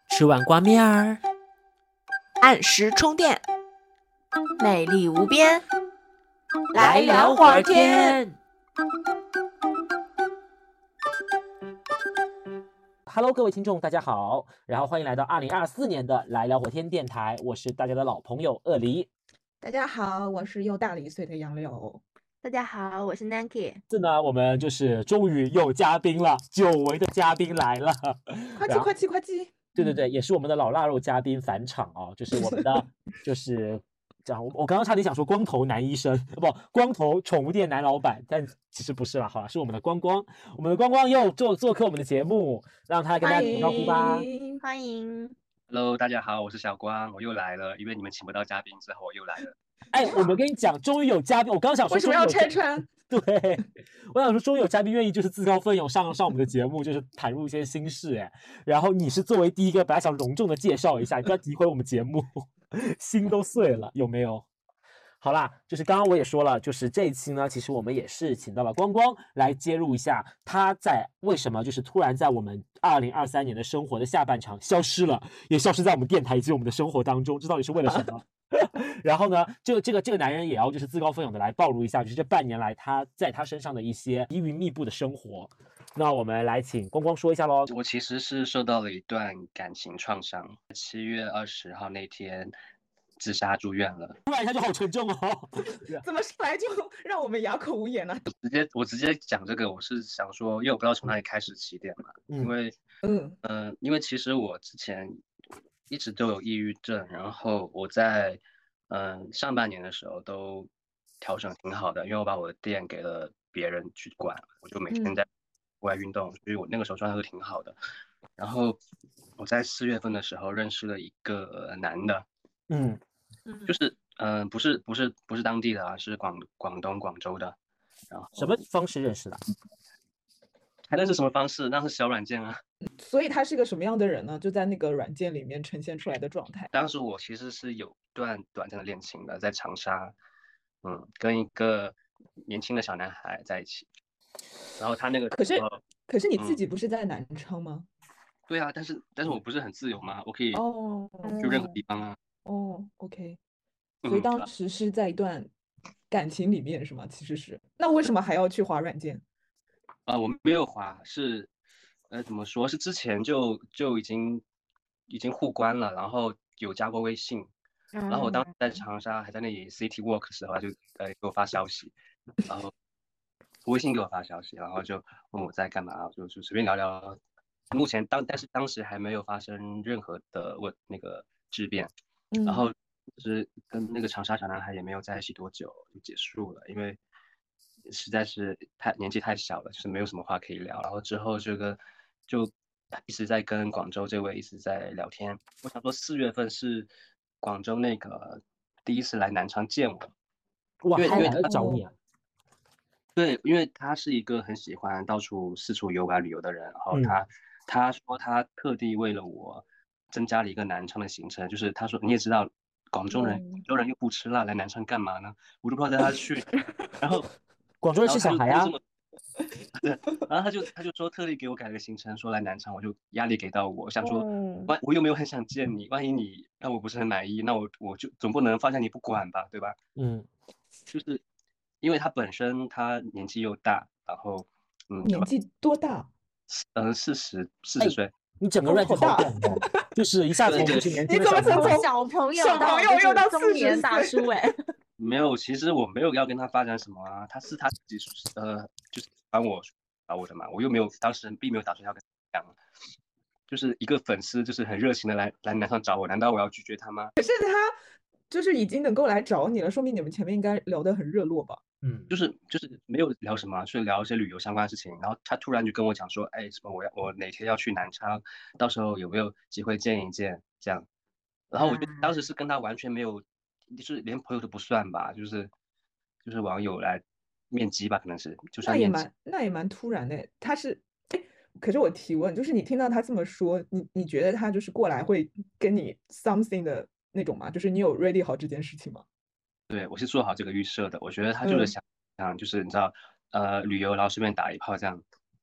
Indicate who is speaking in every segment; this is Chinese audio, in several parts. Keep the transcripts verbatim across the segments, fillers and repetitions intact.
Speaker 1: 吃碗挂面儿，
Speaker 2: 按时充电，魅力无边，
Speaker 1: 来聊会儿天。Hello， 各位听众，大家好，然后欢迎来到二零二四年的来聊会儿天电台，我是大家的老朋友鳄梨。
Speaker 3: 大家好，我是又大了一岁的杨柳。
Speaker 4: 大家好，我是 Nanki。
Speaker 1: 这呢，我们就是终于有嘉宾了，久违的嘉宾来了，
Speaker 3: 快去快去快去！
Speaker 1: 对对对，也是我们的老腊肉嘉宾返场啊，就是我们的就是这样，我我刚刚差点想说光头男医生，不，光头宠物店男老板，但其实不是啦，好了，是我们的光光，我们的光光又做做客我们的节目，让他跟大家打招呼吧。
Speaker 4: 欢迎
Speaker 5: ，Hello， 大家好，我是小光，我又来了，因为你们请不到嘉宾之后，我又来了。
Speaker 1: 哎，我们跟你讲，终于有嘉宾，我刚想说
Speaker 3: 为什么要拆穿？
Speaker 1: 对，我想说，终于有嘉宾愿意就是自告奋勇上上我们的节目，就是袒露一些心事，哎，然后你是作为第一个，本来想隆重的介绍一下，你不要诋毁我们节目，心都碎了，有没有？好啦，就是刚刚我也说了，就是这一期呢，其实我们也是请到了光光来揭露一下他在为什么就是突然在我们二零二三年的生活的下半场消失了，也消失在我们电台以及我们的生活当中，这到底是为了什么？然后呢，这个这个这个男人也要就是自告奋勇的来暴露一下，就是这半年来他在他身上的一些疑云密布的生活。那我们来请光光说一下喽。
Speaker 5: 我其实是受到了一段感情创伤，七月二十号那天自杀住院了。
Speaker 1: 突然一下就好沉重哦，
Speaker 3: 怎么来就让我们哑口无言呢、啊？
Speaker 5: 直接我直接讲这个，我是想说，因为我不知道从哪里开始起点嘛，
Speaker 1: 嗯、
Speaker 5: 因为
Speaker 3: 嗯
Speaker 5: 呃，因为其实我之前一直都有抑郁症，然后我在嗯、呃、上半年的时候都调整挺好的，因为我把我的店给了别人去管，我就每天在户外运动，嗯、所以我那个时候状态都挺好的。然后我在四月份的时候认识了一个男的，
Speaker 1: 嗯，
Speaker 5: 就是嗯、呃、不是不是不是当地的啊，是广广东广州的。然后
Speaker 1: 什么方式认识的？
Speaker 5: 还能是什么方式？那是小软件啊。
Speaker 3: 所以他是一个什么样的人呢？就在那个软件里面呈现出来的状态。
Speaker 5: 当时我其实是有段短暂的恋情的，在长沙，嗯，跟一个年轻的小男孩在一起。然后他那个
Speaker 3: 可是可是你自己
Speaker 5: 嗯、
Speaker 3: 不是在南昌吗？
Speaker 5: 对啊，但是但是我不是很自由吗？我可以
Speaker 3: 哦
Speaker 5: 去任何地方啊。
Speaker 3: 哦 ，OK， 所以当时是在一段感情里面是吗？其实是，那为什么还要去滑软件？
Speaker 5: 啊、呃，我没有滑，是，呃，怎么说？是之前就就已经已经互关了，然后有加过微信，
Speaker 3: 嗯、
Speaker 5: 然后我当时在长沙还在那里 City Walk 的时候，他就呃给我发消息，然后微信给我发消息，然后就问我在干嘛，就就随便聊聊。目前当但是当时还没有发生任何的问那个质变，
Speaker 3: 嗯、
Speaker 5: 然后就是跟那个长沙小男孩也没有在一起多久就结束了，因为实在是太年纪太小了，就是没有什么话可以聊。然后之后这个就一直在跟广州这位一直在聊天。我想说四月份是广州那个第一次来南昌见我，
Speaker 1: 哇，
Speaker 5: 因为因为
Speaker 1: 他找你啊。
Speaker 5: 对，因为他是一个很喜欢到处四处游玩旅游的人，然后他、嗯、他说他特地为了我增加了一个南昌的行程，就是他说你也知道广州人，广州人又不吃辣，来南昌干嘛呢？我就不知道带他去，然后
Speaker 1: 广州人是小孩啊，
Speaker 5: 对，然后他就他就说特地给我改了个行程，说来南昌，我就压力给到我，我想说，万我又没有很想见你，万一你让我不是很满意，那我我就总不能放下你不管吧，对吧？
Speaker 1: 嗯，
Speaker 5: 就是。因为他本身他年纪又大，然后嗯，
Speaker 3: 年纪多大？
Speaker 5: 嗯，四十四十岁、哎。
Speaker 1: 你整个 range 好广哦，就是一下从就是年轻的
Speaker 3: 小
Speaker 4: 从小朋友
Speaker 3: 小朋友又到
Speaker 4: 中年大叔哎。
Speaker 5: 没有，其实我没有要跟他发展什么啊，他是他自己呃，就是帮我找我的嘛，我又没有当时并没有打算要跟他讲，就是一个粉丝就是很热情的来来南昌找我，难道我要拒绝他吗？
Speaker 3: 可是他就是已经能够来找你了，说明你们前面应该聊得很热络吧？
Speaker 5: 嗯，就是就是没有聊什么，是聊一些旅游相关的事情。然后他突然就跟我讲说，哎，什么我要我哪天要去南昌，到时候有没有机会见一见这样。然后我就当时是跟他完全没有，就是连朋友都不算吧，就是就是网友来面基吧，可能是就算面基。
Speaker 3: 那也蛮那也蛮突然的。他是哎，可是我提问，就是你听到他这么说，你你觉得他就是过来会跟你 something 的那种吗？就是你有 ready 好这件事情吗？
Speaker 5: 对，我是做好这个预设的。我觉得他就是想想、嗯，就是你知道，呃，旅游然后顺便打一炮这样。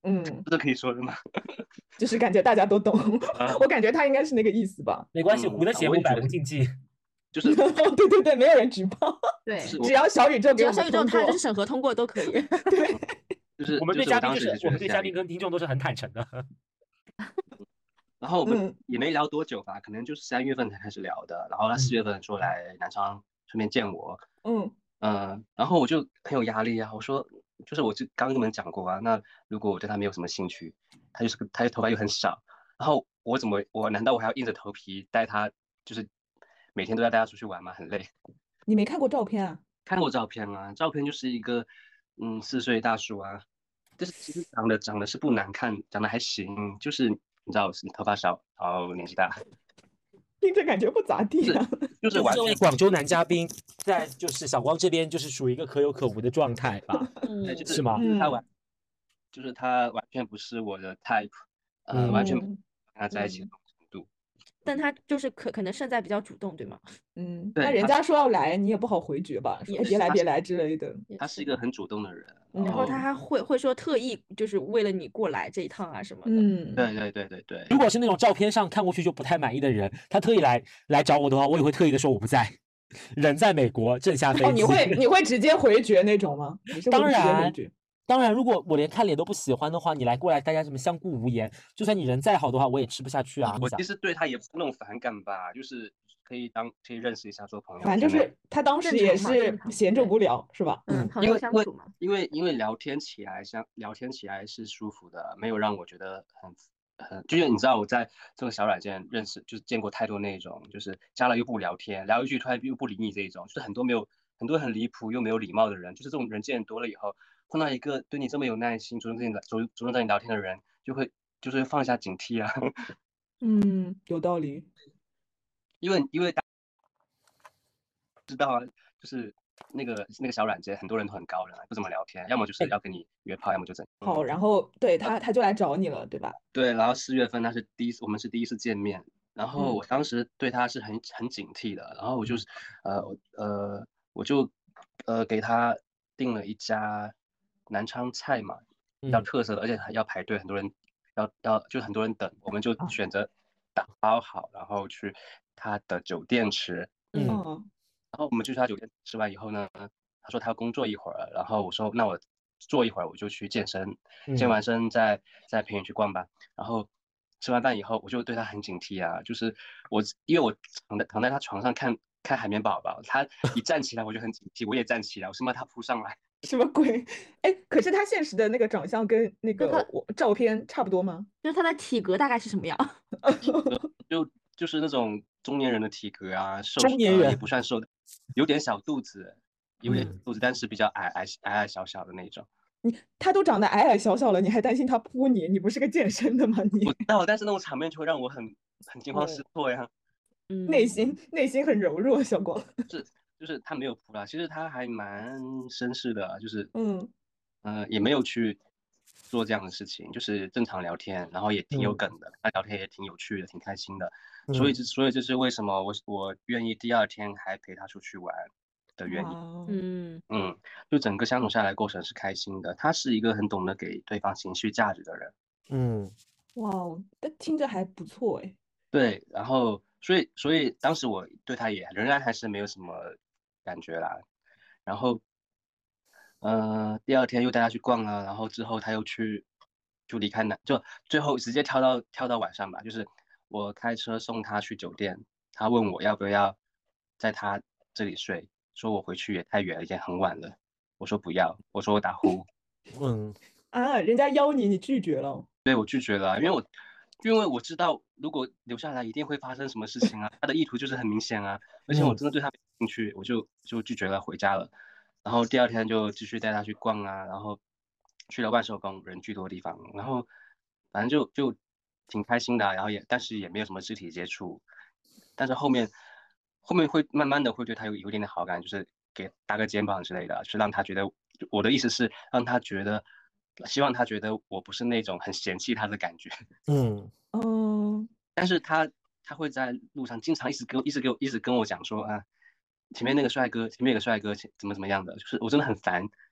Speaker 3: 嗯，
Speaker 5: 这可以说的吗？
Speaker 3: 就是感觉大家都懂，
Speaker 5: 啊
Speaker 3: 我感觉他应该是那个意思吧。
Speaker 1: 没关系，
Speaker 5: 嗯
Speaker 1: 胡的节目百
Speaker 5: 我也觉得
Speaker 1: 无禁忌。
Speaker 5: 就是
Speaker 3: 对对对，没有人举报，
Speaker 4: 对，
Speaker 5: 就是
Speaker 3: 只要小宇宙
Speaker 4: 只要
Speaker 3: 给我们通过
Speaker 4: 小宇宙他就是，审核通过都可以。
Speaker 3: 对，
Speaker 5: 就是
Speaker 1: 我们
Speaker 5: 就是我当
Speaker 1: 对嘉宾就
Speaker 5: 时也觉得这样
Speaker 1: 是我们对嘉宾跟听众都是很坦诚的。
Speaker 5: 然后我们
Speaker 3: 嗯
Speaker 5: 也没聊多久吧，可能就是三月份才开始聊的。然后他四月份说来南昌顺便见我，
Speaker 3: 嗯
Speaker 5: 嗯，然后我就很有压力啊。我说，就是我就刚跟你们讲过啊，那如果我对他没有什么兴趣，他就是个他的头发又很少，然后我怎么我难道我还要硬着头皮带他，就是每天都要带他出去玩吗？很累。
Speaker 3: 你没看过照片啊？
Speaker 5: 看过照片啊，照片就是一个嗯四岁大叔啊，就是其实长得长得是不难看，长得还行，就是你知道是头发少，然后年纪大，
Speaker 3: 听着感觉不咋地啊。
Speaker 5: 就是完
Speaker 1: 这位
Speaker 5: 全
Speaker 1: 广州男嘉宾在就是小光这边就是属于一个可有可无的状态吧？
Speaker 5: 对，
Speaker 4: 嗯
Speaker 5: 就是
Speaker 1: 是吗
Speaker 5: 就是他完
Speaker 3: 嗯
Speaker 5: 就是他完全不是我的 type，呃，完全不
Speaker 3: 嗯
Speaker 5: 跟他在一起的
Speaker 3: 嗯
Speaker 5: 那种程度。
Speaker 4: 但他就是可可能胜在比较主动，对吗？
Speaker 3: 嗯，
Speaker 5: 对他
Speaker 3: 那人家说要来，你也不好回绝吧？说
Speaker 4: 也
Speaker 5: 是
Speaker 3: 哎别来别来之类的。
Speaker 4: 也
Speaker 5: 他是一个很主动的人，
Speaker 3: 嗯
Speaker 4: 然后他
Speaker 5: 后
Speaker 4: 还会会说特意就是为了你过来这一趟啊什么的。
Speaker 3: 嗯，
Speaker 5: 对对对对对，
Speaker 1: 如果是那种照片上看过去就不太满意的人，他特意来来找我的话，我也会特意的说我不在，人在美国，正下飞机。
Speaker 3: 哦，你会你会直接回绝那种吗？你是会
Speaker 1: 当
Speaker 3: 直接回
Speaker 1: 然
Speaker 3: 绝？
Speaker 1: 当然，如果我连看脸都不喜欢的话，你来过来，大家什么相顾无言，就算你人再好的话，我也吃不下去啊。你想
Speaker 5: 我其实对他也不是那种反感吧，就是可以当可以认识一下做朋友，
Speaker 3: 反正就
Speaker 5: 我觉得
Speaker 3: 是他当时
Speaker 4: 正
Speaker 3: 也是
Speaker 4: 常嘛正常对
Speaker 3: 闲着无聊是吧？
Speaker 4: 嗯，朋
Speaker 5: 因为因为
Speaker 4: 友相处嘛。
Speaker 5: 因为因为聊天起来像聊天起来是舒服的，没有让我觉得很很，就是你知道我在这个小软件认识，就是见过太多那种，就是加了又不聊天，聊一句突然又不理你这一种，就是很多没有很多很离谱又没有礼貌的人，就是这种人见多了以后，碰到一个对你这么有耐心、主动跟你主主动跟你聊天的人，就会就是放下警惕啊，
Speaker 3: 嗯，有道理。
Speaker 5: 因为因为大家知道啊，就是那个那个小软件，很多人都很高冷啊，不怎么聊天，要么就是要跟你约炮，要么就怎
Speaker 3: 好，
Speaker 5: 嗯
Speaker 3: 然后对他他就来找你了，对吧？
Speaker 5: 对，然后四月份他是第一次，我们是第一次见面，然后
Speaker 3: 嗯
Speaker 5: 我当时对他是很很警惕的，然后我就是呃我呃我就呃给他订了一家南昌菜嘛，比较
Speaker 1: 嗯
Speaker 5: 特色的，而且还要排队，很多人要要就很多人等，我们就
Speaker 3: 啊
Speaker 5: 选择打包好，然后去他的酒店吃，
Speaker 1: 嗯
Speaker 3: 嗯
Speaker 5: 然后我们就去他酒店吃完以后呢，他说他要工作一会儿，然后我说那我坐一会儿，我就去健身，健
Speaker 1: 嗯
Speaker 5: 完身再再陪你去逛吧。然后吃完饭以后，我就对他很警惕啊，就是我因为我躺在躺在他床上看看海绵宝宝，他一站起来我就很警惕，我也站起来，我生怕他扑上来。
Speaker 3: 什么鬼？哎，可是他现实的那个长相跟那
Speaker 4: 就他
Speaker 3: 个我照片差不多吗？
Speaker 4: 就是他的体格大概是什么样？
Speaker 5: 就就是那种中年人的体格啊，瘦
Speaker 1: 中年人
Speaker 5: 呃也不算瘦的，有点小肚子，有点
Speaker 1: 嗯
Speaker 5: 肚子，但是比较矮矮矮矮小小的那种。
Speaker 3: 你他都长得矮矮小小了，你还担心他扑你？你不是个健身的吗？你
Speaker 5: 我知道，但是那种场面就会让我很很惊慌失
Speaker 3: 哦
Speaker 5: 措呀。
Speaker 4: 嗯，
Speaker 3: 内心内心很柔弱，小光。
Speaker 5: 就是他没有扑啦，其实他还蛮绅士的啊，就是
Speaker 3: 嗯
Speaker 5: 呃也没有去做这样的事情，就是正常聊天，然后也挺有
Speaker 1: 嗯
Speaker 5: 梗的，他聊天也挺有趣的，挺开心的，所以
Speaker 1: 嗯
Speaker 5: 这所以这是为什么我我愿意第二天还陪他出去玩的原因。
Speaker 3: 哇
Speaker 4: 嗯
Speaker 5: 嗯，就整个相处下来过程是开心的，他是一个很懂得给对方情绪价值的人。
Speaker 1: 嗯
Speaker 3: 哇哦，但听着还不错哎。
Speaker 5: 对，然后所以所以当时我对他也仍然还是没有什么感觉啦。然后，呃，第二天又带他去逛了，然后之后他又去就离开南，就最后直接跳到跳到晚上吧，就是我开车送他去酒店，他问我要不要在他这里睡，说我回去也太远了，已经很晚了。我说不要，我说我打呼。
Speaker 1: 嗯
Speaker 3: 啊，人家邀你，你拒绝了。
Speaker 5: 对，我拒绝了啊，因为我因为我知道如果留下来一定会发生什么事情啊，他的意图就是很明显啊，而且我
Speaker 1: 嗯
Speaker 5: 真的对他没兴趣，我就就拒绝了，回家了。然后第二天就继续带他去逛啊，然后去了万寿宫人巨多的地方，然后反正就就挺开心的啊，然后也但是也没有什么肢体接触，但是后面后面会慢慢的会对他有有一点点好感，就是给搭个肩膀之类的，就是让他觉得我的意思是让他觉得。希望他觉得我不是那种很嫌弃他的感觉，
Speaker 1: 嗯
Speaker 3: 嗯
Speaker 5: 但是他他会在路上经常一直跟一直给我一直跟我讲说啊，前面那个帅哥，前面有个帅哥怎么怎么样的，就是我真的很烦，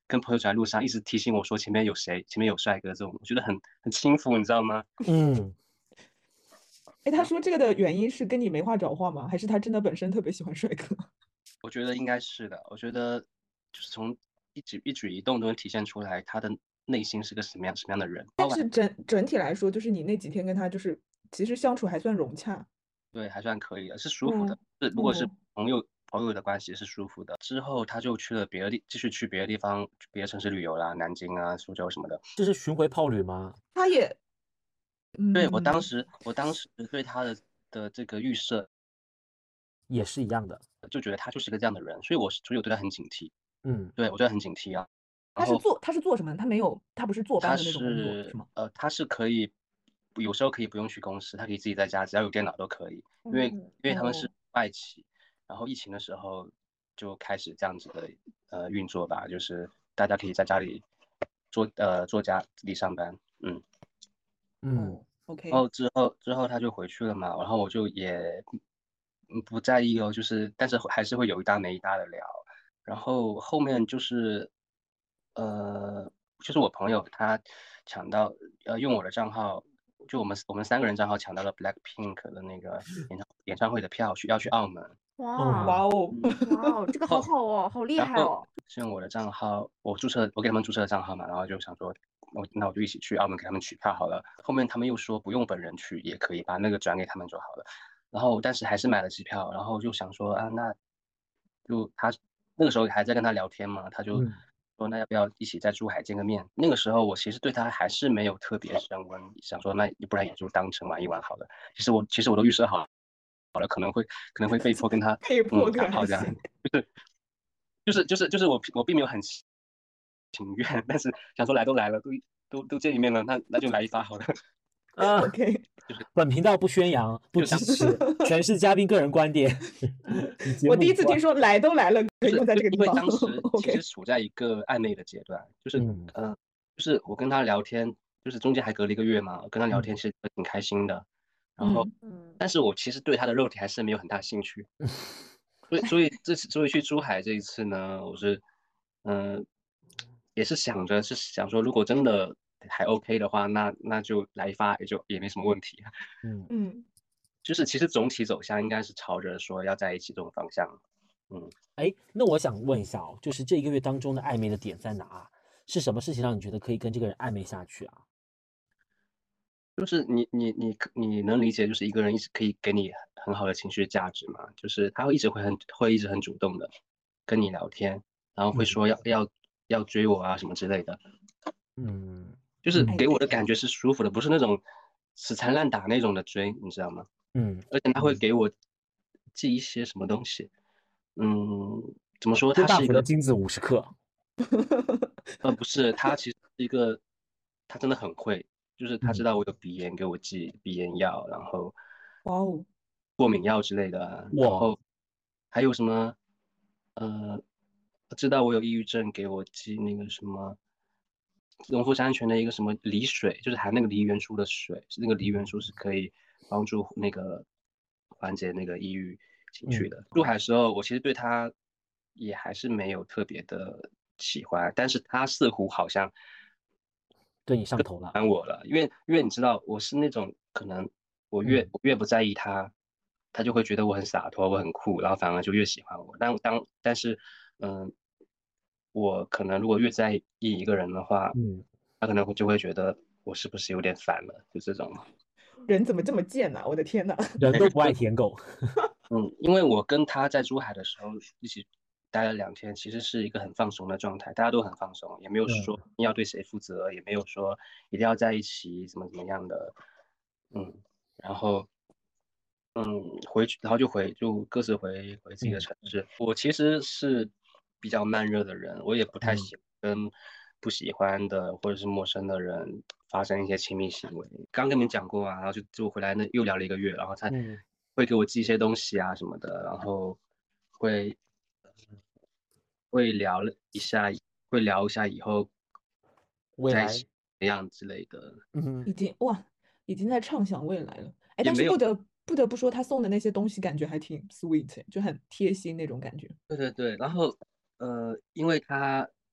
Speaker 5: 跟朋友走在路上一直提醒我说前面有谁，前面有帅哥，这种我觉得很很轻浮，你知道吗？
Speaker 1: 嗯，
Speaker 3: 哎，他说这个的原因是跟你没话找话吗？还是他真的本身特别喜欢帅哥？
Speaker 5: 我觉得应该是的，我觉得就是从一举一举一动都能体现出来他的内心是个什么样什么样的人。
Speaker 3: 但是整整体来说，就是你那几天跟他就是其实相处还算融洽。
Speaker 5: 对，还算可以的，是舒服的。
Speaker 3: 嗯
Speaker 5: 是如果是
Speaker 3: 嗯
Speaker 5: 朋友朋友的关系是舒服的。之后他就去了别的地，继续去别的地方，别的城市旅游啦，南京啊、苏州什么的。
Speaker 1: 这是巡回炮旅吗？
Speaker 3: 他也，
Speaker 5: 对，我当
Speaker 3: 嗯，
Speaker 5: 时，我当时对他的的这个预设
Speaker 1: 也是一样的。
Speaker 5: 就觉得他就是个这样的人，所以我是所以我对他很警惕。
Speaker 1: 嗯，
Speaker 5: 对我对他很警惕啊。然后
Speaker 3: 他是做他是做什么的？他没有，他不是坐班
Speaker 5: 他
Speaker 3: 的那种工作是
Speaker 5: 是
Speaker 3: 吗？
Speaker 5: 呃，他是可以有时候可以不用去公司，他可以自己在家，只要有电脑都可以。因为
Speaker 3: 嗯
Speaker 5: 因为他们是
Speaker 3: 哦
Speaker 5: 外企，然后疫情的时候就开始这样子的呃运作吧，就是大家可以在家里做呃做家自己上班。嗯，
Speaker 1: 嗯，
Speaker 3: 哦，OK，
Speaker 5: 然后之后之后他就回去了嘛，然后我就也嗯不在意哦，就是但是还是会有一搭没一搭的聊。然后后面就是呃，就是我朋友他抢到呃用我的账号，就我们我们三个人账号抢到了 BLACKPINK 的那个演唱演唱会的票，去要去澳门。
Speaker 4: 哇
Speaker 3: 哇哦，
Speaker 5: 嗯，
Speaker 4: 哇哦，这个好好哦，好厉
Speaker 5: 然后
Speaker 4: 害哦。
Speaker 5: 是用我的账号，我注册我给他们注册账号嘛，然后就想说，我那我就一起去澳门给他们取票好了。后面他们又说不用本人去也可以，把那个转给他们就好了。然后但是还是买了机票，然后就想说啊，那就他那个时候还在跟他聊天嘛，他就
Speaker 1: 嗯
Speaker 5: 说那要不要一起在珠海见个面？那个时候我其实对他还是没有特别升温，想说那不然也就当成玩一玩好了。其实我其实我都预设好好了，可能会可能会被迫跟他
Speaker 3: 被迫
Speaker 5: 嗯打炮这样。
Speaker 3: 可还行。
Speaker 5: 就是就是就是我我并没有很情愿，但是想说来都来了，都都都见一面了，那那就来一发好了。
Speaker 1: 啊，
Speaker 3: OK，
Speaker 1: 本频道不宣扬，不
Speaker 5: 就想
Speaker 1: 支持，全是嘉宾个人观点。与节
Speaker 3: 我
Speaker 1: 目无关
Speaker 3: 第一次听说来都来了可以
Speaker 5: 就是
Speaker 3: 用在这个地方。
Speaker 5: 因为当时其
Speaker 3: OK，
Speaker 5: 实处在一个暧昧的阶段，就是
Speaker 1: 嗯
Speaker 5: 呃，就是我跟他聊天，就是中间还隔了一个月嘛，我跟他聊天
Speaker 1: 嗯
Speaker 5: 其实挺开心的。然后，
Speaker 3: 嗯，
Speaker 4: 嗯，
Speaker 5: 但是我其实对他的肉体还是没有很大兴趣。所以所以这次所以去珠海这一次呢，我是嗯、呃也是想着是想说，如果真的还 OK 的话，那那就来一发也就也没什么问题。
Speaker 1: 嗯，
Speaker 3: 嗯，
Speaker 5: 就是其实总体走向应该是朝着说要在一起这种方向。嗯，
Speaker 1: 哎，那我想问一下哦，就是这一个月当中的暧昧的点在哪啊？是什么事情让你觉得可以跟这个人暧昧下去啊？
Speaker 5: 就是你你你你能理解，就是一个人一直可以给你很好的情绪价值嘛，就是他会一直会很会一直很主动的跟你聊天，然后会
Speaker 1: 嗯
Speaker 5: 说要要要追我啊什么之类的，
Speaker 1: 嗯
Speaker 5: 就是
Speaker 1: 嗯
Speaker 5: 给我的感觉是舒服的，不是那种死缠烂打那种的追，你知道吗？
Speaker 1: 嗯，
Speaker 5: 而且他会给我寄一些什么东西，嗯，怎么说？
Speaker 1: 周大
Speaker 5: 他是一个
Speaker 1: 福的金子五十克。
Speaker 5: 呃不是，他其实是一个，他真的很会，就是他知
Speaker 1: 嗯，
Speaker 5: 道我有鼻炎，给我寄鼻炎药，然后
Speaker 3: 哇哦，
Speaker 5: 过敏药之类的啊，然
Speaker 1: 哇，
Speaker 5: 后还有什么呃，知道我有抑郁症，给我寄那个什么农夫山泉的一个什么梨水，就是含那个梨元素的水，是那个梨元素是可以帮助那个缓解那个抑郁情绪
Speaker 1: 嗯，
Speaker 5: 的。入海的时候，我其实对他也还是没有特别的喜欢，但是他似乎好像
Speaker 1: 对你上头了。
Speaker 5: 欢我了，因为因为你知道我是那种可能我越、
Speaker 1: 嗯
Speaker 5: 我越不在意他，他就会觉得我很洒脱，我很酷，然后反而就越喜欢我。但当但是嗯、我可能如果越在意一个人的话，
Speaker 1: 嗯，
Speaker 5: 他可能会就会觉得我是不是有点烦了，就这种。
Speaker 3: 人怎么这么贱呢、我的天呐。
Speaker 1: 人都不爱舔狗。
Speaker 5: 嗯，因为我跟他在珠海的时候一起待了两天，其实是一个很放松的状态，大家都很放松，也没有说
Speaker 1: 嗯
Speaker 5: 要对谁负责，也没有说一定要在一起怎么怎么样的。嗯，然后嗯回去，然后就回就各自回回自己的
Speaker 1: 嗯
Speaker 5: 城市。我其实是比较慢热的人，我也不太
Speaker 1: 嗯
Speaker 5: 喜欢跟不喜欢的或者是陌生的人发生一些亲密行为。刚跟你们讲过啊，然后就就回来那又聊了一个月，然后他
Speaker 1: 嗯，
Speaker 5: 会给我寄一些东西啊什么的，然后会会聊了一下，会聊一下以后
Speaker 1: 未来，
Speaker 5: 在一起怎样之类的，
Speaker 1: 嗯
Speaker 3: 已经哇，已经在畅想未来了。哎，
Speaker 5: 也没有。
Speaker 3: 但是不得不得不说，他送的那些东西感觉还挺 sweet，就很贴心那种感觉。
Speaker 5: 对对对，然后呃，因为他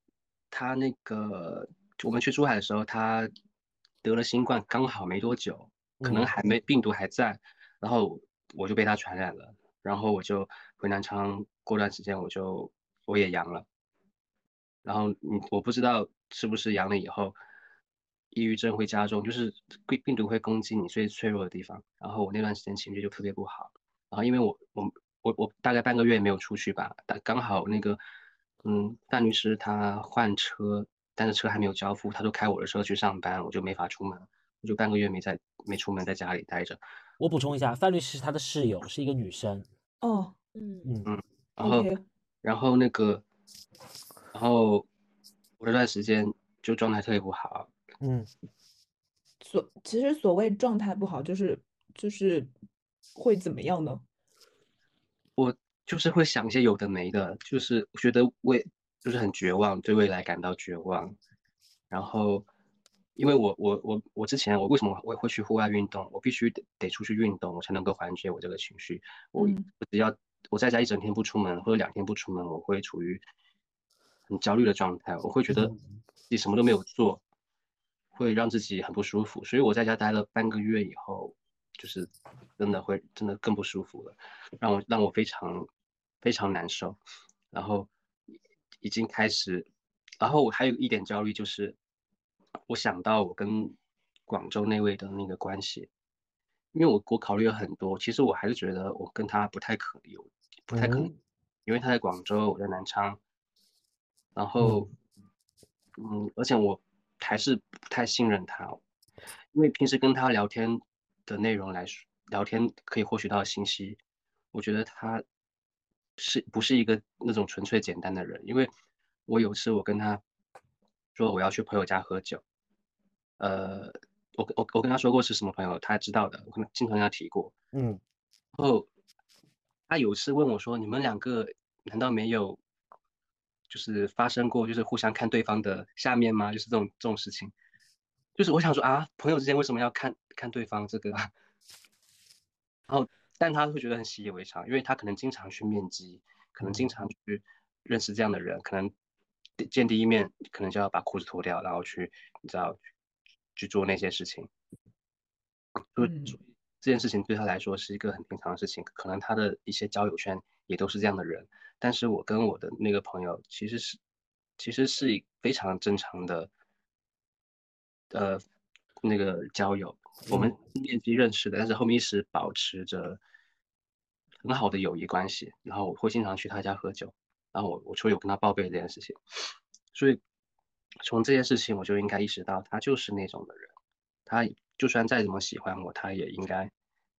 Speaker 5: 他那个我们去珠海的时候，他得了新冠，刚好没多久，可能
Speaker 1: 嗯
Speaker 5: 还没病毒还在，然后我就被他传染了，然后我就回南昌，过段时间我就我也阳了，然后你我不知道是不是阳了以后，抑郁症会加重，就是病病毒会攻击你最脆弱的地方，然后我那段时间情绪就特别不好，然后因为我我我我大概半个月没有出去吧，但刚好那个嗯范律师他换车，但是车还没有交付，他就开我的车去上班，我就没法出门，我就半个月没在没出门，在家里待着，
Speaker 1: 我补充一下，范律师是他的室友，是一个女生。
Speaker 3: 哦
Speaker 4: 嗯
Speaker 1: 嗯
Speaker 5: 嗯，然后
Speaker 3: ，OK，
Speaker 5: 然后那个然后我这段时间就状态特别不好。
Speaker 1: 嗯
Speaker 3: 所其实所谓状态不好，就是就是会怎么样呢？
Speaker 5: 我就是会想一些有的没的，就是我觉得未就是很绝望，对未来感到绝望。然后，因为我我我我之前我为什么我会去户外运动？我必须得得出去运动，我才能够缓解我这个情绪。我
Speaker 3: 嗯
Speaker 5: 我只要我在家一整天不出门，或者两天不出门，我会处于很焦虑的状态，我会觉得
Speaker 1: 嗯
Speaker 5: 自己什么都没有做，会让自己很不舒服。所以我在家待了半个月以后，就是真的会真的更不舒服了。让我让我非常非常难受，然后已经开始，然后我还有一点焦虑，就是我想到我跟广州那位的那个关系，因为我我考虑了很多，其实我还是觉得我跟他不太可有不太可能，
Speaker 1: 嗯
Speaker 5: 因为他在广州，我在南昌，然后
Speaker 1: 嗯
Speaker 5: 嗯，而且我还是不太信任他，因为平时跟他聊天的内容来说，聊天可以获取到的信息，我觉得他是不是一个那种纯粹简单的人？因为我有次我跟他说我要去朋友家喝酒，呃，我我我跟他说过是什么朋友，他知道的，我跟他经常跟他提过。
Speaker 1: 嗯
Speaker 5: 然后他有次问我说：“你们两个难道没有就是发生过就是互相看对方的下面吗？就是这种这种事情。”就是我想说啊，朋友之间为什么要看看对方这个啊？然后，但他会觉得很习以为常，因为他可能经常去面基，可能经常去认识这样的人，可能第见第一面，可能就要把裤子脱掉，然后去，你知道，去做那些事情。所以
Speaker 3: 嗯
Speaker 5: 这件事情对他来说是一个很平常的事情，可能他的一些交友圈也都是这样的人。但是我跟我的那个朋友其实是，其实是一非常正常的，呃，那个交友，我们面基认识的，但是后面一直保持着很好的友谊关系，然后我会经常去他家喝酒，然后我我就有跟他报备这件事情，所以从这件事情我就应该意识到他就是那种的人，他就算再怎么喜欢我，他也应该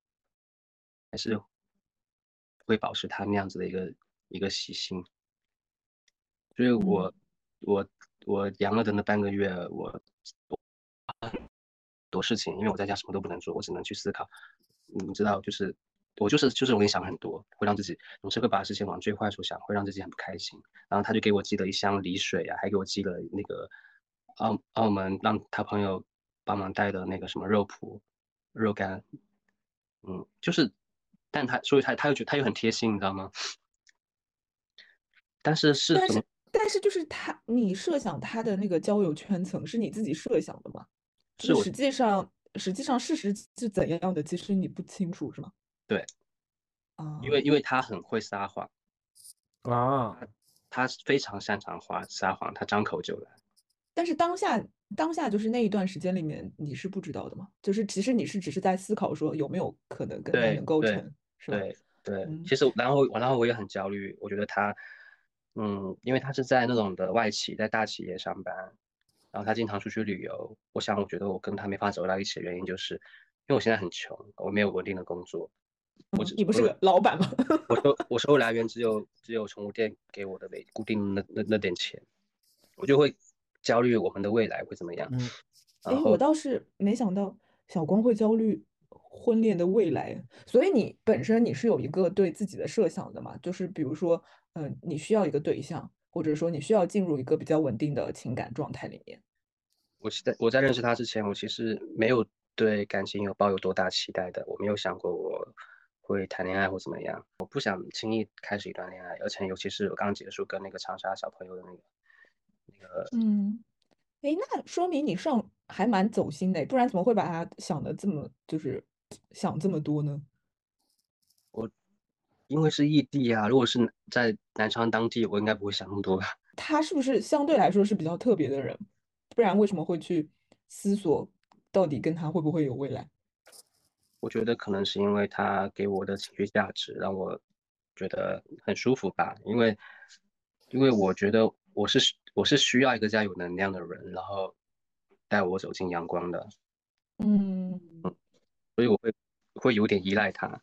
Speaker 5: 会保持他那样子的一个一个习性，所以
Speaker 3: 嗯
Speaker 5: 我我我阳了的那半个月，我多事情，因为我在家什么都不能做，我只能去思考。你知道，就是我就是就是容易想很多，会让自己总是会把事情往最坏处想，会让自己很不开心。然后他就给我寄了一箱梨水啊，还给我寄了那个澳澳门让他朋友帮忙带的那个什么肉脯、肉干，嗯，就是，但他所以他他又觉得他又很贴心，你知道吗？但是是怎么
Speaker 3: 但是但是就是他，你设想他的那个交友圈层是你自己设想的吗？就是
Speaker 5: 是我
Speaker 3: 实际上实际上事实是怎样的，其实你不清楚是吗？
Speaker 5: 对，因为
Speaker 3: 啊，
Speaker 5: 因为他很会撒谎，
Speaker 1: 啊，
Speaker 5: 他非常擅长话撒谎，他张口就来。
Speaker 3: 但是当下当下就是那一段时间里面，你是不知道的吗？就是其实你是只是在思考说有没有可能跟他
Speaker 5: 对
Speaker 3: 能够
Speaker 5: 对
Speaker 3: 成，是吧？
Speaker 5: 对对，
Speaker 3: 嗯
Speaker 5: 其实然后然后我也很焦虑，我觉得他，嗯，因为他是在那种的外企，在大企业上班，然后他经常出去旅游，我想我觉得我跟他没法走到一起的原因就是，因为我现在很穷，我没有稳定的工作，我
Speaker 3: 嗯，
Speaker 5: 只我
Speaker 3: 你不是个老板吗？
Speaker 5: 我收我收入来源只有只有宠物店给我的每固定那那那点钱，我就会焦虑我们的未来会怎么样，
Speaker 1: 嗯
Speaker 3: 诶，我
Speaker 5: 然后
Speaker 3: 倒是没想到小光会焦虑婚恋的未来，所以你本身你是有一个对自己的设想的嘛？就是比如说，嗯、你需要一个对象，或者说你需要进入一个比较稳定的情感状态里面。
Speaker 5: 我是在我在认识他之前，我其实没有对感情有抱有多大期待的，我没有想过我会谈恋爱或怎么样，轻易开始一段恋爱，而且尤其是我刚结束跟那个长沙小朋友的那个
Speaker 3: 嗯，诶，那说明你上还蛮走心的，不然怎么会把他想的这么就是想这么多呢？
Speaker 5: 我因为是异地啊，如果是在南昌当地，我应该不会想那么多吧。
Speaker 3: 他是不是相对来说是比较特别的人？不然为什么会去思索到底跟他会不会有未来？
Speaker 5: 我觉得可能是因为他给我的情绪价值让我觉得很舒服吧，因为因为我觉得我是我是需要一个这样有能量的人，然后带我走进阳光的，
Speaker 3: 嗯，
Speaker 5: 所以我会会有点依赖他。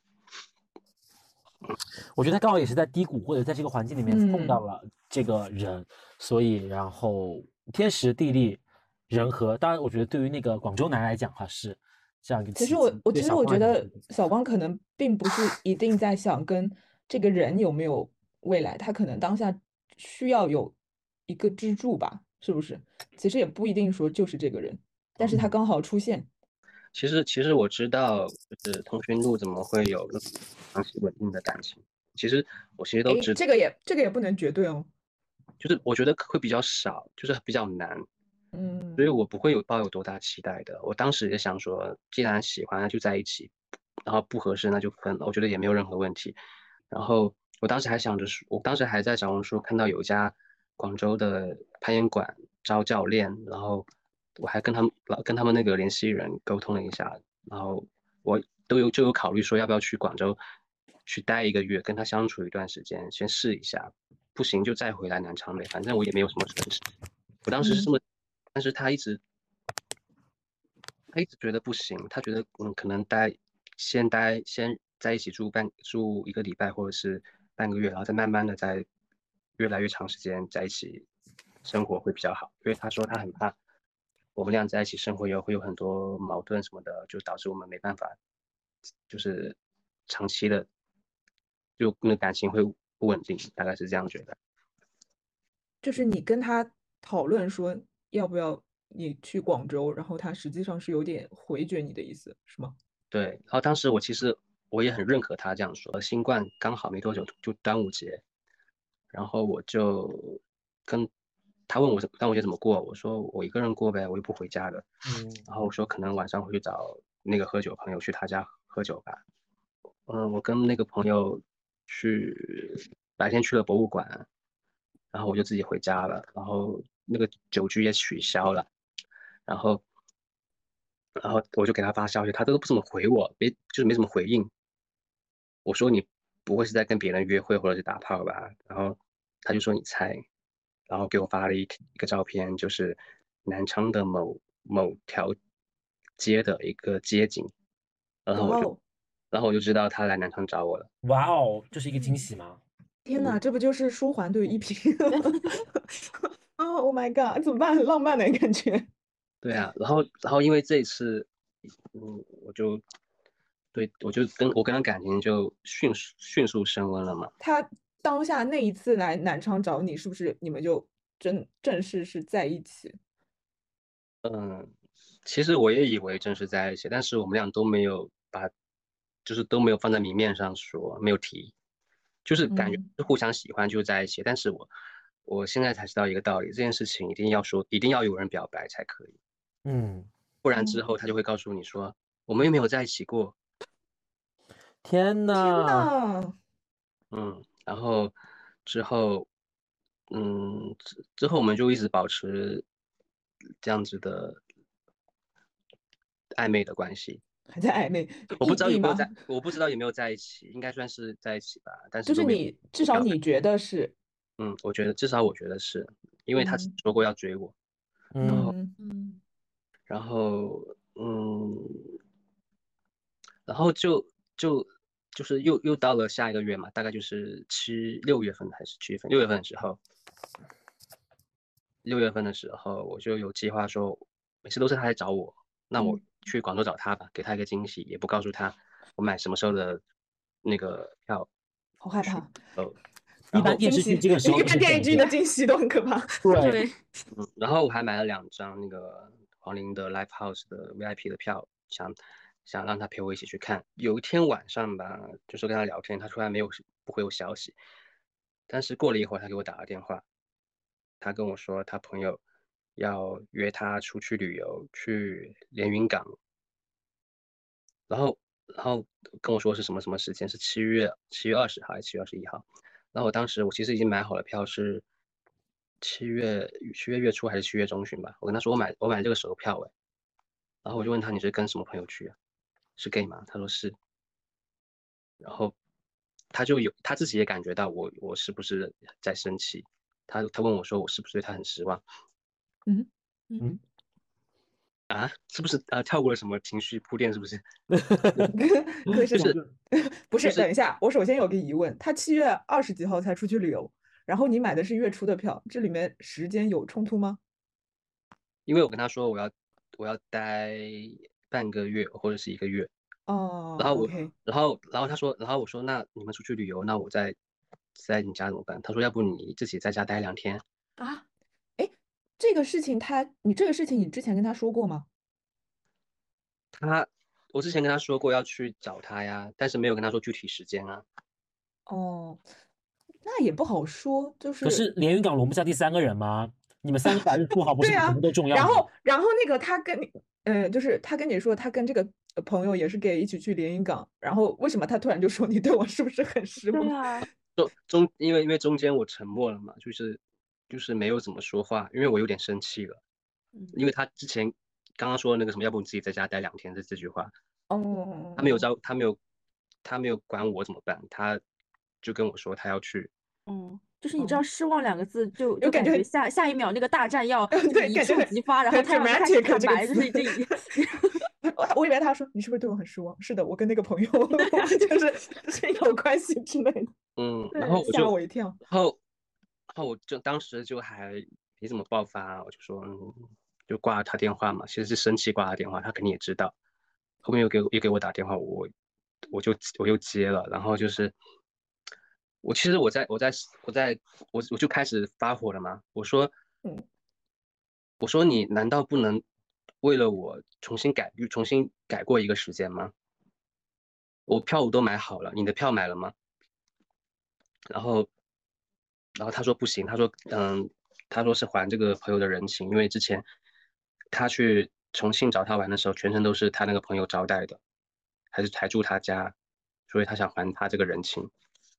Speaker 1: 我觉得他刚好也是在低谷或者在这个环境里面碰到
Speaker 3: 嗯，
Speaker 1: 了这个人，所以然后天时地利人和，当然我觉得对于那个广州男来讲哈是这样一个
Speaker 3: 其实我
Speaker 1: 契机，
Speaker 3: 我其实
Speaker 1: 对小光来讲是
Speaker 3: 我觉得小光可能并不是一定在想跟这个人有没有未来，他可能当下需要有一个支柱吧，是不是？其实也不一定说就是这个人，但是他
Speaker 1: 嗯，
Speaker 3: 刚好出现。
Speaker 5: 其实其实我知道，就是通讯录怎么会有那种长期稳定的感情，其实我其实都
Speaker 3: 诶，
Speaker 5: 知道，
Speaker 3: 这个也这个也不能绝对哦。
Speaker 5: 就是我觉得会比较少，就是比较难。所以
Speaker 3: 嗯
Speaker 5: 我不会有抱有多大期待的。我当时也想说，既然喜欢，那就在一起，然后不合适那就分了，我觉得也没有任何问题。然后我当时还想着说，我当时还在小红书看到有一家广州的攀岩馆招教练，然后我还跟他们老跟他们那个联系人沟通了一下，然后我都有就有考虑说要不要去广州去待一个月，跟他相处一段时间，先试一下，不行就再回来南昌呗，反正我也没有什么损失。我当时是这
Speaker 3: 嗯，
Speaker 5: 么，但是他一直他一直觉得不行，他觉得嗯可能待先待先在一起住半住一个礼拜或者是半个月，然后再慢慢的再越来越长时间在一起生活会比较好，因为他说他很怕我们俩在一起生活以后会有很多矛盾什么的，就导致我们没办法就是长期的就那感情会不稳定，大概是这样觉得。
Speaker 3: 就是你跟他讨论说要不要你去广州，然后他实际上是有点回绝你的意思，是吗？
Speaker 5: 对，然后当时我其实我也很认可他这样说，新冠刚好没多久就端午节，然后我就跟他问我端午节怎么过，我说我一个人过呗，我又不回家的。
Speaker 1: 嗯，
Speaker 5: 然后我说可能晚上回去找那个喝酒朋友去他家喝酒吧。嗯，我跟那个朋友去白天去了博物馆，然后我就自己回家了，然后那个酒局也取消了，然后然后我就给他发消息，他都不怎么回我，没就是没怎么回应。我说你不会是在跟别人约会或者是打炮吧？然后他就说你猜，然后给我发了一一个照片，就是南昌的某某条街的一个街景，然后我就，
Speaker 3: 哇哦，
Speaker 5: 然后我就知道他来南昌找我了。
Speaker 1: 哇哦，这是一个惊喜吗？
Speaker 3: 天哪，这不就是书桓对一平？啊，Oh my god，怎么办？很浪漫的感觉。
Speaker 5: 对啊，然后然后因为这一次，嗯，我就对我就跟我跟他感情就迅速迅速升温了嘛。
Speaker 3: 他当下那一次来南昌找你，是不是你们就正正式是在一起？
Speaker 5: 嗯，其实我也以为正式在一起，但是我们俩都没有把，就是都没有放在明面上说，没有提，就是感觉
Speaker 3: 嗯
Speaker 5: 是互相喜欢就在一起。但是我我现在才知道一个道理，这件事情一定要说，一定要有人表白才可以，
Speaker 1: 嗯，
Speaker 5: 不然之
Speaker 3: 嗯，
Speaker 5: 后他就会告诉你说我们又没有在一起过。
Speaker 1: 天
Speaker 3: 天
Speaker 1: 呐，
Speaker 3: 呐，
Speaker 5: 嗯，然后之后，嗯，之之后我们就一直保持这样子的暧昧的关系。
Speaker 3: 还在暧昧，就
Speaker 5: 我不知道
Speaker 3: 异地吗？
Speaker 5: 有没有在，我不知道有没有在一起，应该算是在一起吧，但是
Speaker 3: 就是
Speaker 5: 都没
Speaker 3: 你至
Speaker 5: 有表白。
Speaker 3: 少你觉得是，
Speaker 5: 嗯，我觉得至少我觉得是，因为他
Speaker 3: 嗯
Speaker 5: 说过要追我，然
Speaker 1: 嗯，
Speaker 5: 后
Speaker 3: 嗯
Speaker 4: 嗯，
Speaker 5: 然后嗯，然后就就就是又又到了下一个月嘛，大概就是七六月份还是七月份，六月份的时候，六月份的时候我就有计划说，每次都是他来找我，那我
Speaker 3: 嗯，
Speaker 5: 去广州找他吧，给他一个惊喜，也不告诉他我买什么时候的那个票去，
Speaker 3: 好害怕，
Speaker 5: 呃，
Speaker 1: 一般
Speaker 5: 然后
Speaker 1: 电视剧
Speaker 3: 惊喜，
Speaker 1: 这个时候都
Speaker 3: 一看电视
Speaker 1: 是这样子，
Speaker 3: 剧的惊喜都很可怕。
Speaker 1: 对，
Speaker 4: 对，
Speaker 5: 嗯，然后我还买了两张那个黄龄的 Live House 的 V I P 的票，想想让他陪我一起去看。有一天晚上吧，就是跟他聊天，他突然没有不回我消息，但是过了一会儿，他给我打了电话， 他跟我说他朋友要约他出去旅游，去连云港，然后然后跟我说是什么什么时间，是七月七月二十号还是七月二十一号？然后我当时我其实已经买好了票，是七月七月月初还是七月中旬吧。我跟他说我买我买这个时候票哎，然后我就问他你是跟什么朋友去啊？是 gay 吗？他说是，然后他就有他自己也感觉到我我是不是在生气，他他问我说我是不是对他很失望
Speaker 3: 嗯
Speaker 1: 嗯，
Speaker 5: 啊？是不是啊？跳过了什么情绪铺垫？是不是？
Speaker 3: 可是
Speaker 5: 就是
Speaker 3: 不？
Speaker 5: 就是是
Speaker 3: 等一下，我首先有个疑问，他七月二十几号才出去旅游，然后你买的是月初的票，这里面时间有冲突吗？
Speaker 5: 因为我跟他说我要我要待半个月或者是一个月，然
Speaker 3: 哦
Speaker 5: 后我
Speaker 3: ，OK，
Speaker 5: 然后然后他说，然后我说那你们出去旅游，那我在在你家怎么办？他说要不你自己在家待两天。
Speaker 3: 啊，哎，这个事情他，你这个事情你之前跟他说过吗？
Speaker 5: 他我之前跟他说过要去找他呀，但是没有跟他说具体时间啊。
Speaker 3: 哦，那也不好说，就是
Speaker 1: 可是连云港容不下第三个人吗？你们三个把日处好，不是
Speaker 3: 对啊，
Speaker 1: 比什么都重要
Speaker 3: 然
Speaker 1: 吗？
Speaker 3: 后然后那个他跟你，呃，就是他跟你说他跟这个呃朋友也是给一起去连云港，然后为什么他突然就说你对我是不是很失望？
Speaker 4: 对啊，
Speaker 5: 中中因为因为中间我沉默了嘛，就是就是没有怎么说话，因为我有点生气了，
Speaker 4: 嗯
Speaker 5: 因为他之前刚刚说那个什么，要不你自己在家待两天这这句话，他没有
Speaker 3: 哦，
Speaker 5: 招他没有他没有管我怎么办，他就跟我说他要去。
Speaker 4: 嗯，就是你知道
Speaker 3: 哦，
Speaker 4: “失望”两个字就，就感觉
Speaker 3: 就感觉很，
Speaker 4: 下下一秒那个大战要就是
Speaker 3: 对，
Speaker 4: 一
Speaker 3: 感觉很
Speaker 4: 触即发，然后
Speaker 3: 很
Speaker 4: 他要开始
Speaker 3: dramatic
Speaker 4: 坦白，就
Speaker 3: 这个词。
Speaker 4: 是这已
Speaker 3: 我我以为他说你是不是对我很失望？是的，我跟那个朋友就是是有关系之类的，
Speaker 5: 嗯，然后
Speaker 4: 对，
Speaker 5: 我就，
Speaker 3: 吓我一跳。
Speaker 5: 然后，然后我就当时就还没怎么爆发，我就说，嗯，就挂了他电话嘛，其实是生气挂了电话，他肯定也知道。后面又给我又给我打电话，我我就我又接了，然后就是我其实我在我在我在我我就开始发火了嘛，我说
Speaker 3: 嗯
Speaker 5: 我说你难道不能为了我重新改重新改过一个时间吗？我票我都买好了，你的票买了吗？然后，然后他说不行，他说嗯，他说是还这个朋友的人情，因为之前他去重庆找他玩的时候，全程都是他那个朋友招待的，还是还住他家，所以他想还他这个人情。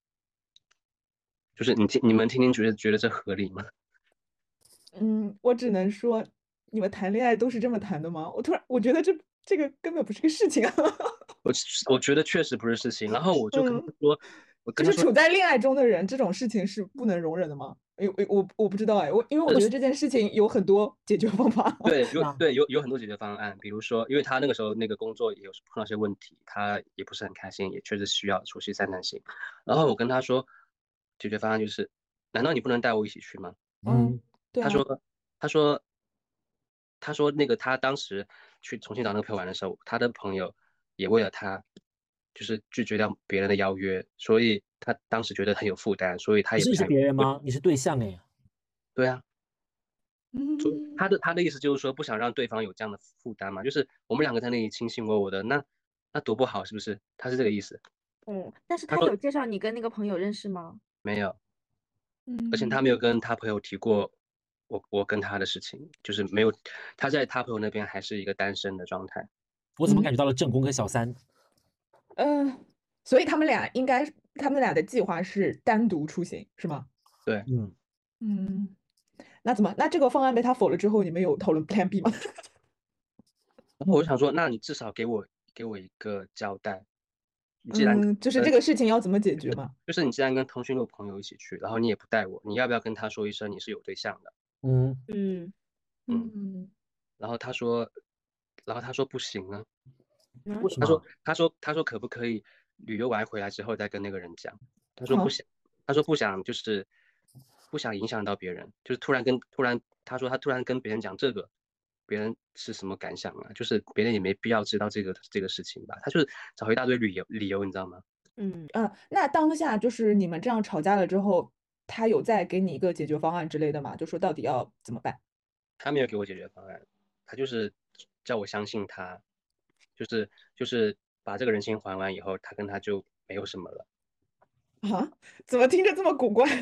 Speaker 5: 就是你听你们听听觉得觉得这合理吗？
Speaker 3: 嗯，我只能说，你们谈恋爱都是这么谈的吗？我突然我觉得这这个根本不是个事情啊。
Speaker 5: 我我觉得确实不是事情，然后我就跟他
Speaker 3: 嗯，
Speaker 5: 说，我跟他说
Speaker 3: 就是处在恋爱中的人，这种事情是不能容忍的吗？哎，我我我不知道哎，我因为我觉得这件事情有很多解决方法。
Speaker 5: 对，有
Speaker 1: 那
Speaker 5: 对有有很多解决方案，比如说，因为他那个时候那个工作也有碰到一些问题，他也不是很开心，也确实需要出去散散心。然后我跟他说，解决方案就是，难道你不能带我一起去吗？
Speaker 3: 嗯，
Speaker 1: 嗯，
Speaker 3: 对啊，
Speaker 5: 他说，他说，他说那个他当时去重庆找那个朋友玩的时候，他的朋友也为了他，就是拒绝掉别人的邀约，所以他当时觉得很有负担，所以他
Speaker 1: 可是你是
Speaker 5: 也不想。
Speaker 1: 别人吗？你是对象哎。
Speaker 5: 对啊，所以
Speaker 3: 嗯，
Speaker 5: 他的他的意思就是说不想让对方有这样的负担嘛，就是我们两个在那里卿卿我我的，那那多不好，是不是？他是这个意思。
Speaker 4: 嗯，但是
Speaker 5: 他说
Speaker 4: 他有介绍你跟那个朋友认识吗？
Speaker 5: 没有，而且他
Speaker 3: 嗯，
Speaker 5: 没有跟他朋友提过我我跟他的事情，就是没有，他在他朋友那边还是一个单身的状态。
Speaker 1: 我怎么感
Speaker 3: 嗯，
Speaker 1: 觉到了正宫跟小三？
Speaker 3: 嗯，所以他们俩应该，他们俩的计划是单独出行，是吗？
Speaker 5: 对，
Speaker 1: 嗯，
Speaker 3: 嗯，那怎么？那这个方案被他否了之后，你们有讨论 Plan B 吗？
Speaker 5: 然后我就想说，那你至少给我给我一个交代。你既然
Speaker 3: 嗯，就是这
Speaker 5: 跟
Speaker 3: 个事情要怎么解决嘛？
Speaker 5: 就是你既然跟通讯录朋友一起去，然后你也不带我，你要不要跟他说一声你是有对象的？
Speaker 1: 嗯，
Speaker 4: 嗯
Speaker 5: 嗯，
Speaker 3: 嗯，
Speaker 5: 然后他说，然后他说不行啊。
Speaker 4: 嗯，
Speaker 5: 他说
Speaker 1: 为什么？
Speaker 5: 他说他说可不可以旅游完回来之后再跟那个人讲？他说不
Speaker 3: 好，
Speaker 5: 想，他说不想就是不想影响到别人，就是突然跟突然他说他突然跟别人讲这个，别人是什么感想啊？就是别人也没必要知道这个这个事情吧？他就是找一大堆理由理由，你知道吗？
Speaker 4: 嗯，
Speaker 3: 嗯，那当下就是你们这样吵架了之后，他有再给你一个解决方案之类的吗？就说到底要怎么办？
Speaker 5: 他没有给我解决方案，他就是叫我相信他，就是就是把这个人情还完以后，他跟他就没有什么了。
Speaker 3: 啊，怎么听着这么古怪？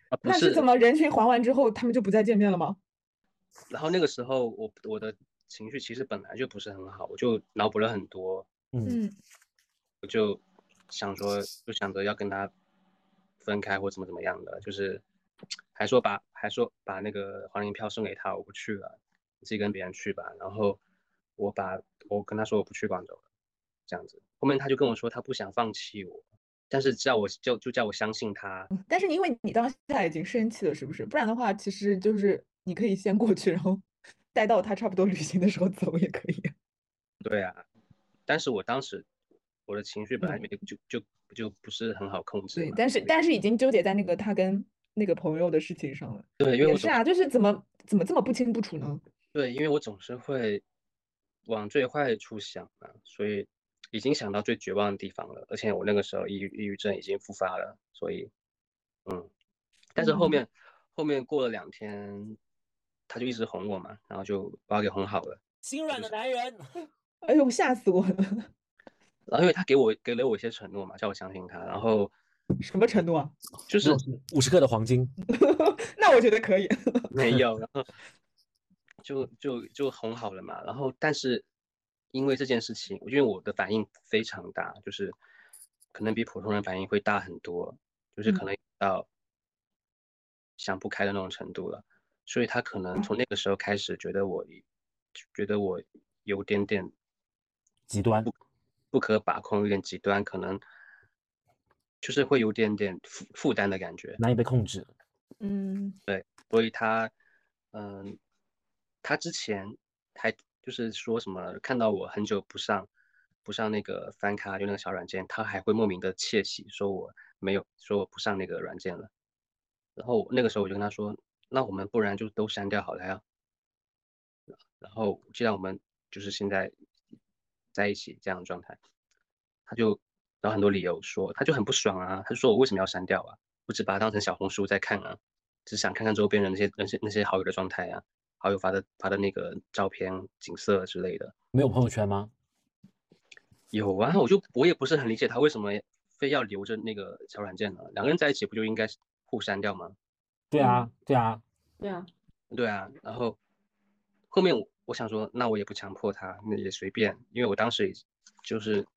Speaker 5: 啊，不
Speaker 3: 那是
Speaker 5: 是，
Speaker 3: 怎么人群还完之后，他们就不再见面了吗？
Speaker 5: 然后那个时候我我的情绪其实本来就不是很好，我就脑补了很多，
Speaker 1: 嗯，
Speaker 3: 嗯，
Speaker 5: 想说就想着要跟他分开或怎么怎么样的，就是还说把还说把那个黄牛票送给他，我不去了，你自己跟别人去吧。然后我把我跟他说我不去广州了，这样子。后面他就跟我说他不想放弃我，但是叫我就就叫我相信他。
Speaker 3: 但是因为你当下已经生气了，是不是？不然的话，其实就是你可以先过去，然后待到他差不多旅行的时候走也可以。
Speaker 5: 对啊，但是我当时我的情绪本来
Speaker 3: 嗯，
Speaker 5: 就就就就不是很好控制
Speaker 3: 对，
Speaker 5: 嘛。
Speaker 3: 但是但是已经纠结在那个他跟那个朋友的事情上了。
Speaker 5: 对，因为我总
Speaker 3: 也是啊，就是怎么怎么这么不清不楚呢？
Speaker 5: 对，因为我总是会往最坏处想嘛，所以已经想到最绝望的地方了。而且我那个时候抑郁抑郁症已经复发了，所以嗯，但是后
Speaker 3: 嗯，
Speaker 5: 面后面过了两天，他就一直哄我嘛，然后就把我给哄好了。
Speaker 1: 心软的男人。
Speaker 3: 哎呦，吓死我了！
Speaker 5: 然后因为他给我给了我一些承诺嘛，叫我相信他，然后
Speaker 3: 什么程度啊？
Speaker 5: 就是
Speaker 1: 五十克的黄金。
Speaker 3: 那我觉得可以。
Speaker 5: 没有，然后就就就哄好了嘛。然后但是因为这件事情，因为我的反应非常大，就是可能比普通人反应会大很多，就是可
Speaker 3: 嗯，
Speaker 5: 能到想不开的那种程度了。所以他可能从那个时候开始觉得我觉得我有点点
Speaker 1: 极端。
Speaker 5: 不可把控，有点极端，可能就是会有点点负负担的感觉。
Speaker 1: 难以被控制。
Speaker 3: 嗯，
Speaker 5: 所以他，嗯，他之前还就是说什么看到我很久不上不上那个翻咖，就那个小软件，他还会莫名的窃喜，说我没有说我不上那个软件了。然后那个时候我就跟他说，那我们不然就都删掉好了呀。然后既然我们就是现在在一起这样的状态，他就找很多理由说，他就很不爽啊，他就说我为什么要删掉啊？我只把它当成小红书在看啊，只想看看周边人那些那些那些好友的状态啊，好友发的发的那个照片、景色之类的。
Speaker 1: 没有朋友圈吗？
Speaker 5: 有啊，我就我也不是很理解他为什么非要留着那个小软件呢？两个人在一起不就应该互删掉吗？
Speaker 1: 对啊，对啊。
Speaker 4: 对啊，
Speaker 5: 对啊，然后后面我我想说，那我也不强迫他，那也随便，因为我当时也就是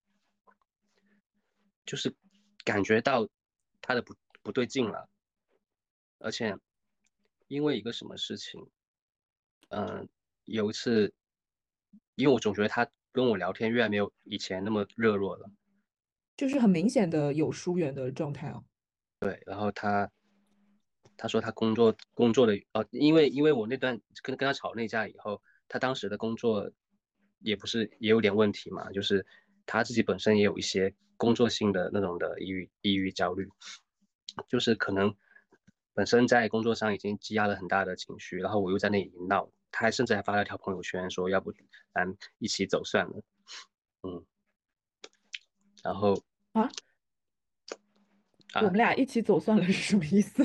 Speaker 5: 就是感觉到他的不不对劲了，而且因为一个什么事情，嗯、有一次，因为我总觉得他跟我聊天越来没有以前那么热络了。
Speaker 3: 就是很明显的有疏远的状态哦。
Speaker 5: 对，然后他他说他工作工作的呃，因为因为我那段跟跟他吵那架以后，他当时的工作也不是也有点问题嘛，就是他自己本身也有一些工作性的那种的抑郁抑郁焦虑，就是可能本身在工作上已经积压了很大的情绪，然后我又在那里闹，他还甚至还发了条朋友圈说要不咱一起走算了。嗯，然后
Speaker 3: 啊，我
Speaker 5: 啊，
Speaker 3: 们俩一起走算了是什么意思？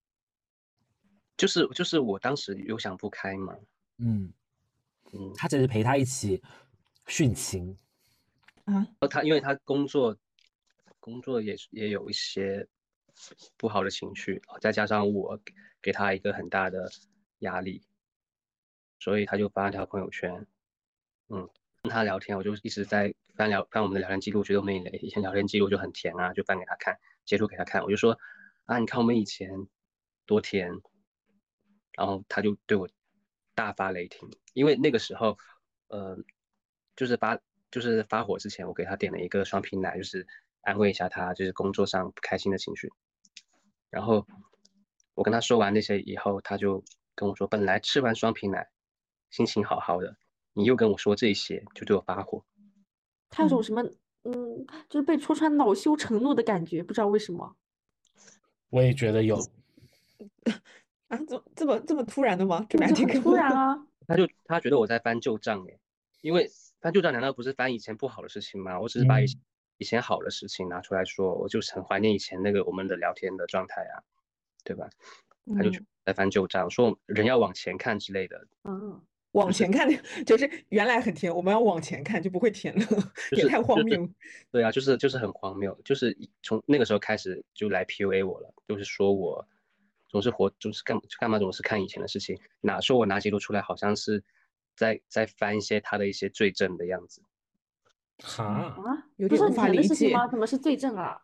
Speaker 5: 就是就是我当时有想不开嘛。
Speaker 1: 嗯，
Speaker 5: 嗯，
Speaker 1: 他只是陪他一起殉情。
Speaker 3: 啊，
Speaker 5: 他因为他工作工作也也有一些不好的情绪，再加上我给给他一个很大的压力，所以他就发了条朋友圈。嗯，跟他聊天，我就一直在翻聊翻我们的聊天记录，觉得我们以前聊天记录就很甜啊，就翻给他看，截图给他看，我就说啊，你看我们以前多甜，然后他就对我大发雷霆，因为那个时候，呃，就是发就是发火之前，我给他点了一个双皮奶，就是安慰一下他，就是工作上不开心的情绪。然后我跟他说完那些以后，他就跟我说，本来吃完双皮奶心情好好的，你又跟我说这些，就对我发火。
Speaker 3: 嗯
Speaker 4: 他有种什么，嗯，就是被戳穿恼羞成怒的感觉，不知道为什么。
Speaker 1: 我也觉得有。
Speaker 3: 啊，怎么这么这么突然的吗？
Speaker 4: 对，就很
Speaker 3: dramatic
Speaker 4: 突然啊。
Speaker 5: 他就他觉得我在翻旧账耶，因为翻旧账难道不是翻以前不好的事情吗？我只是把以前、
Speaker 1: 嗯，
Speaker 5: 以前好的事情拿出来说，我就是很怀念以前那个我们的聊天的状态啊，对吧？他就
Speaker 3: 嗯，
Speaker 5: 在翻旧账，说人要往前看之类的，
Speaker 4: 嗯，
Speaker 3: 往前看就是原来很甜，我们要往前看就不会甜了，也
Speaker 5: 就是就是
Speaker 3: 太荒谬了。
Speaker 5: 对啊，就是就是很荒谬，就是从那个时候开始就来 P U A 我了，就是说我总是活，总是干干嘛总是看以前的事情，哪说我拿截图出来，好像是在在翻一些他的一些罪证的样子。
Speaker 1: 哈，
Speaker 4: 啊，
Speaker 3: 有点无法
Speaker 4: 不是很甜的
Speaker 3: 理解。
Speaker 4: 事情吗？怎么是罪证啊？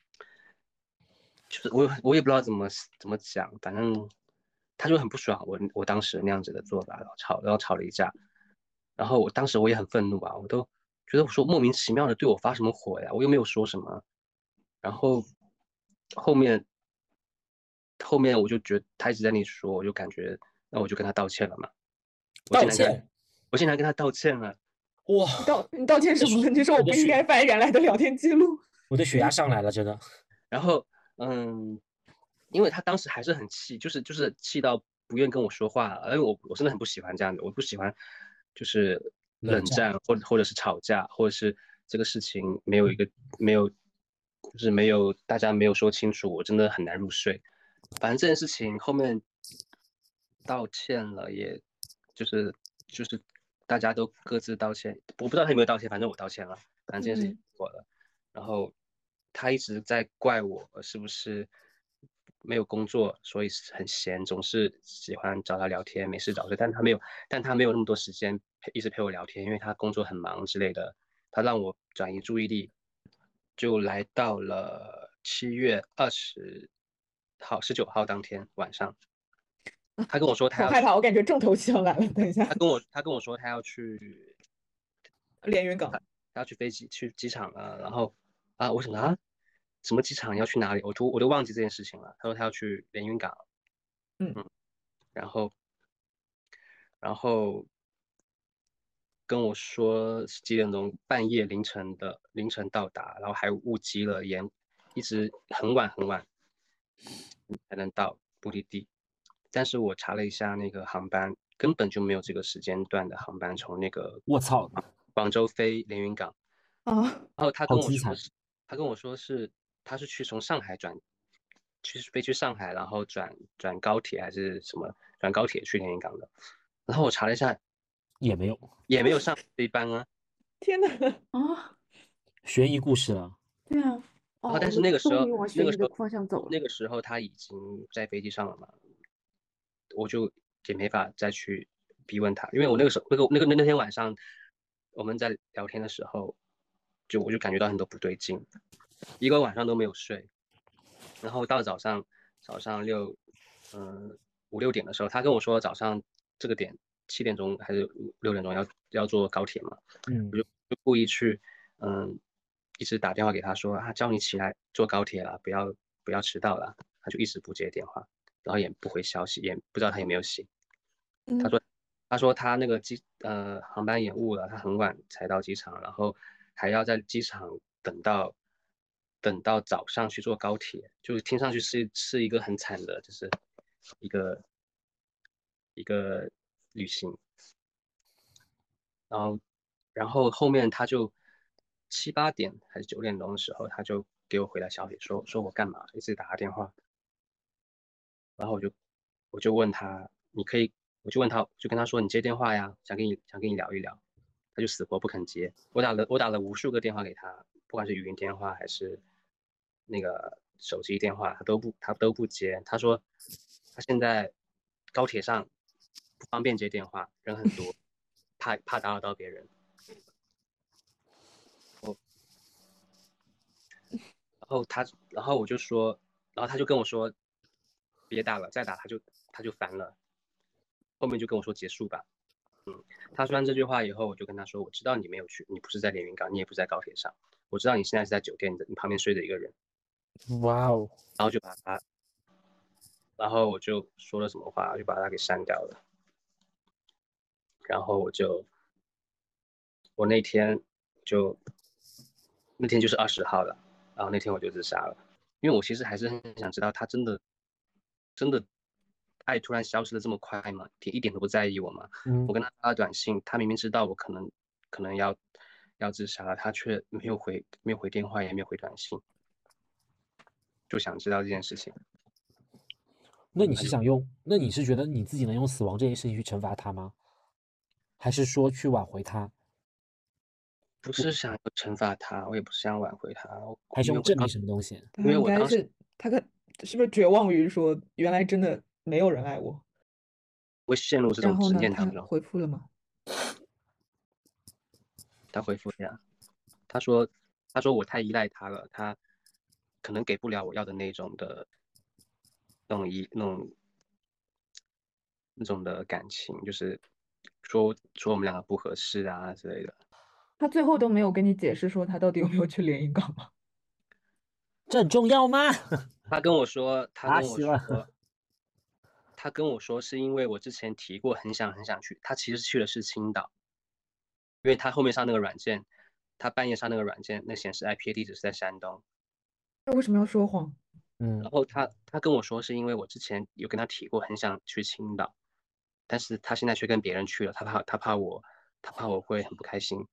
Speaker 5: 就是我我也不知道怎么怎么讲，反正他就很不爽我我当时那样子的做法，然后吵然后吵了一架，然后我当时我也很愤怒啊，我都觉得我说莫名其妙的对我发什么火呀，我又没有说什么，然后后面后面我就觉得他一直在那里说，我就感觉那我就跟他道歉了嘛，我
Speaker 1: 道
Speaker 5: 竟然跟他
Speaker 1: 歉，
Speaker 5: 我竟然跟他道歉了。
Speaker 1: 哇，
Speaker 3: 你道你道歉什么？你说我不应
Speaker 1: 我的血
Speaker 3: 该翻原来的聊天记录。
Speaker 1: 我的血压上来了，真的。
Speaker 5: 然后嗯，因为他当时还是很气，就是就是气到不愿跟我说话了，因为我我真的很不喜欢这样子，我不喜欢就是冷
Speaker 1: 冷战
Speaker 5: 战或者或者是吵架，或者是这个事情没有一个没有就是没有大家没有说清楚，我真的很难入睡。反正这件事情后面道歉了，也就是就是大家都各自道歉，我不知道他有没有道歉，反正我道歉了，反正这件事情
Speaker 3: 嗯
Speaker 5: 过了。然后他一直在怪我是不是没有工作，所以很闲，总是喜欢找他聊天，没事找事，但他没有，但他没有那么多时间陪一直陪我聊天，因为他工作很忙之类的。他让我转移注意力，就来到了七月二十号、十九号当天晚上，他跟我说他要去，
Speaker 3: 好害怕，我感觉重头戏要来了。等一下
Speaker 5: 他，跟我他跟我说他要去
Speaker 3: 连云港。
Speaker 5: 他要去飞机去机场了，然后啊，我想啊，什么机场要去哪里？我都我都忘记这件事情了。他说他要去连云港，
Speaker 3: 嗯
Speaker 5: 嗯，然后然后跟我说是几点钟，半夜凌晨的凌晨到达，然后还误机了，延一直很晚很晚才能到目的地。但是我查了一下那个航班，根本就没有这个时间段的航班从那个
Speaker 1: 我操，
Speaker 5: 广州飞连云港。
Speaker 3: 啊，
Speaker 5: 然后他跟我
Speaker 1: 好凄惨。
Speaker 5: 说是，他跟我说是他是去从上海转，去飞去上海，然后转转高铁还是什么转高铁去连云港的。然后我查了一下，
Speaker 1: 也没有
Speaker 5: 也没有上这一班啊。
Speaker 3: 天哪！
Speaker 4: 啊，
Speaker 1: 悬疑故事了。
Speaker 4: 对啊，
Speaker 5: 然
Speaker 4: 哦，
Speaker 5: 后但是
Speaker 4: 我们
Speaker 5: 那个时候
Speaker 4: 终于往
Speaker 5: 那个时候
Speaker 4: 悬疑的方向走了。
Speaker 5: 那个时候他已经在飞机上了嘛，我就也没法再去逼问他，因为我那个时候那个那个那天晚上我们在聊天的时候，就我就感觉到很多不对劲，一个晚上都没有睡，然后到早上早上六嗯五六点的时候，他跟我说早上这个点七点钟还是六点钟要要坐高铁嘛，
Speaker 1: 嗯
Speaker 5: 我就就故意去嗯一直打电话给他说啊，叫你起来坐高铁了，不要不要迟到了，他就一直不接电话，然后也不回消息，也不知道他有没有醒。他说他说他那个机呃航班延误了，他很晚才到机场，然后还要在机场等到等到早上去坐高铁，就是听上去是是一个很惨的，就是一个一个旅行。然后然后后面他就七八点还是九点钟的时候，他就给我回来消息说说我干嘛，一直打他电话，然后我就我就问他，你可以，我就问他，就跟他说你接电话呀，想跟你想跟你聊一聊，他就死活不肯接。我打了我打了无数个电话给他，不管是语音电话还是那个手机电话，他都不他都不接。他说他现在高铁上不方便接电话，人很多，怕怕打扰到别人。然后他，然后我就说，然后他就跟我说，别打了，再打他就他就烦了。后面就跟我说结束吧。嗯，他说完这句话以后，我就跟他说，我知道你没有去，你不是在连云港，你也不在高铁上，我知道你现在是在酒店的，你旁边睡着一个人。
Speaker 1: 哇哦，
Speaker 5: 然后就把他，然后我就说了什么话，就把他给删掉了。然后我就，我那天就，那天就是二十号了，然后那天我就自杀了，因为我其实还是很想知道他真的，真的爱突然消失的这么快吗？一点都不在意我吗？
Speaker 1: 嗯
Speaker 5: 我跟他发短信，他明明知道我可能可能要要自杀了，他却没有回没有回电话，也没有回短信，就想知道这件事情。
Speaker 1: 那你是想用？那你是觉得你自己能用死亡这件事情去惩罚他吗？还是说去挽回他？
Speaker 5: 不是想惩罚他，我也不是想挽回他，
Speaker 1: 还是
Speaker 5: 因为我当
Speaker 1: 用证明什么东西？
Speaker 3: 他
Speaker 5: 因为我当时
Speaker 3: 应该是他可是不是绝望于说原来真的没有人爱我？
Speaker 5: 会陷入这种执
Speaker 3: 然后呢，他
Speaker 5: 念当中。
Speaker 3: 回复了吗？
Speaker 5: 他回复了呀，他说他说我太依赖他了，他可能给不了我要的那种的那种依那种那种的感情，就是说说我们两个不合适啊之类的。
Speaker 3: 他最后都没有跟你解释说他到底有没有去连云港吗？
Speaker 1: 这很重要吗？
Speaker 5: 他跟我说，他跟我
Speaker 1: 阿西了，
Speaker 5: 说，他跟我说是因为我之前提过很想很想去，他其实去的是青岛，因为他后面上那个软件，他半夜上那个软件，那显示 I P 地址是在山东。
Speaker 3: 那为什么要说谎？
Speaker 1: 嗯
Speaker 5: 然，后他他跟我说是因为我之前有跟他提过很想去青岛，但是他现在却跟别人去了，他怕他怕我他怕我会很不开心。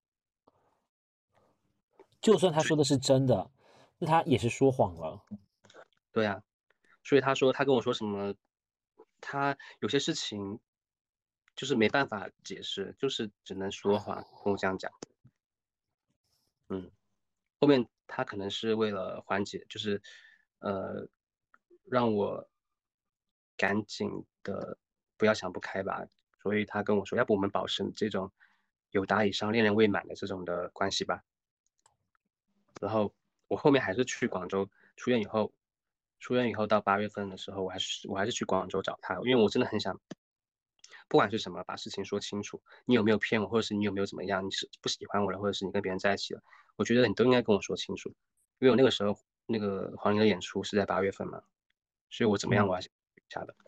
Speaker 1: 就算他说的是真的，那他也是说谎了。
Speaker 5: 对啊，所以他说他跟我说什么，他有些事情就是没办法解释，就是只能说谎，跟我这样讲。嗯，后面他可能是为了缓解，就是呃让我赶紧的不要想不开吧，所以他跟我说，要不我们保持这种有达以上恋人未满的这种的关系吧。然后我后面还是去广州出院以后，出院以后到八月份的时候，我还是我还是去广州找他，因为我真的很想，不管是什么，把事情说清楚。你有没有骗我，或者是你有没有怎么样，你是不喜欢我了，或者是你跟别人在一起了，我觉得你都应该跟我说清楚。因为我那个时候那个黄龄的演出是在八月份嘛，所以我怎么样我还是一下的。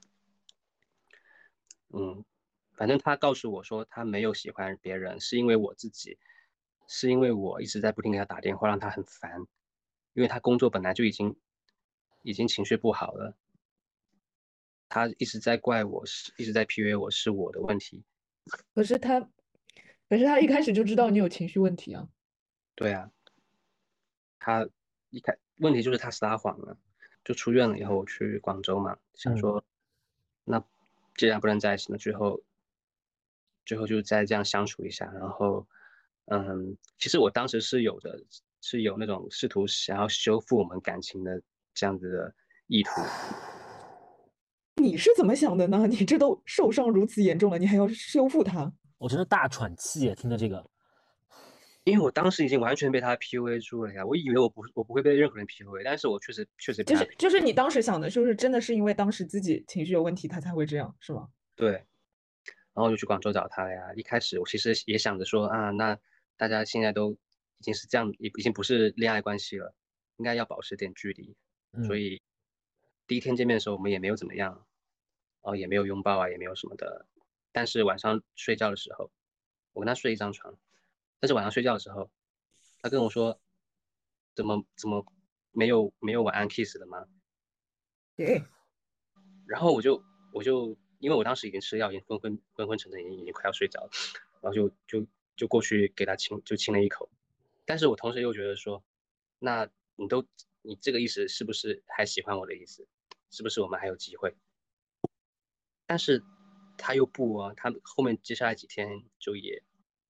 Speaker 5: 嗯，反正他告诉我说他没有喜欢别人，是因为我自己，是因为我一直在不停给他打电话，让他很烦，因为他工作本来就已经已经情绪不好了，他一直在怪我，是一直在 P U A 我是我的问题。
Speaker 3: 可是他，可是他一开始就知道你有情绪问题啊。
Speaker 5: 对啊，他一开问题就是他撒谎了，就出院了以后我去广州嘛，想说那既然不能在一起，那最后最后就再这样相处一下。然后，嗯，其实我当时是有的，是有那种试图想要修复我们感情的这样子的意图。
Speaker 3: 你是怎么想的呢？你这都受伤如此严重了，你还要修复它？
Speaker 1: 我真的大喘气耶，听着这个。
Speaker 5: 因为我当时已经完全被他 P U A 住了呀，我以为我不我不会被任何人 P U A，但是我确实确实被他
Speaker 3: 就是就是你当时想的，就是真的是因为当时自己情绪有问题，他才会这样，是吗？
Speaker 5: 对，然后就去广州找他呀。一开始我其实也想着说啊，那大家现在都已经是这样，也已经不是恋爱关系了，应该要保持点距离。所
Speaker 1: 嗯，
Speaker 5: 以第一天见面的时候，我们也没有怎么样，然后也没有拥抱啊，也没有什么的。但是晚上睡觉的时候，我跟他睡一张床，但是晚上睡觉的时候，他跟我说，怎么怎么没有没有晚安 kiss 的吗？
Speaker 3: 诶，
Speaker 5: 然后我就我就因为我当时已经吃药，已经昏昏昏昏沉沉，已经已经快要睡着了，然后就就就过去给他亲，就亲了一口。但是我同时又觉得说，那你都你这个意思是不是还喜欢我的意思？是不是我们还有机会？但是他又不啊，他后面接下来几天就也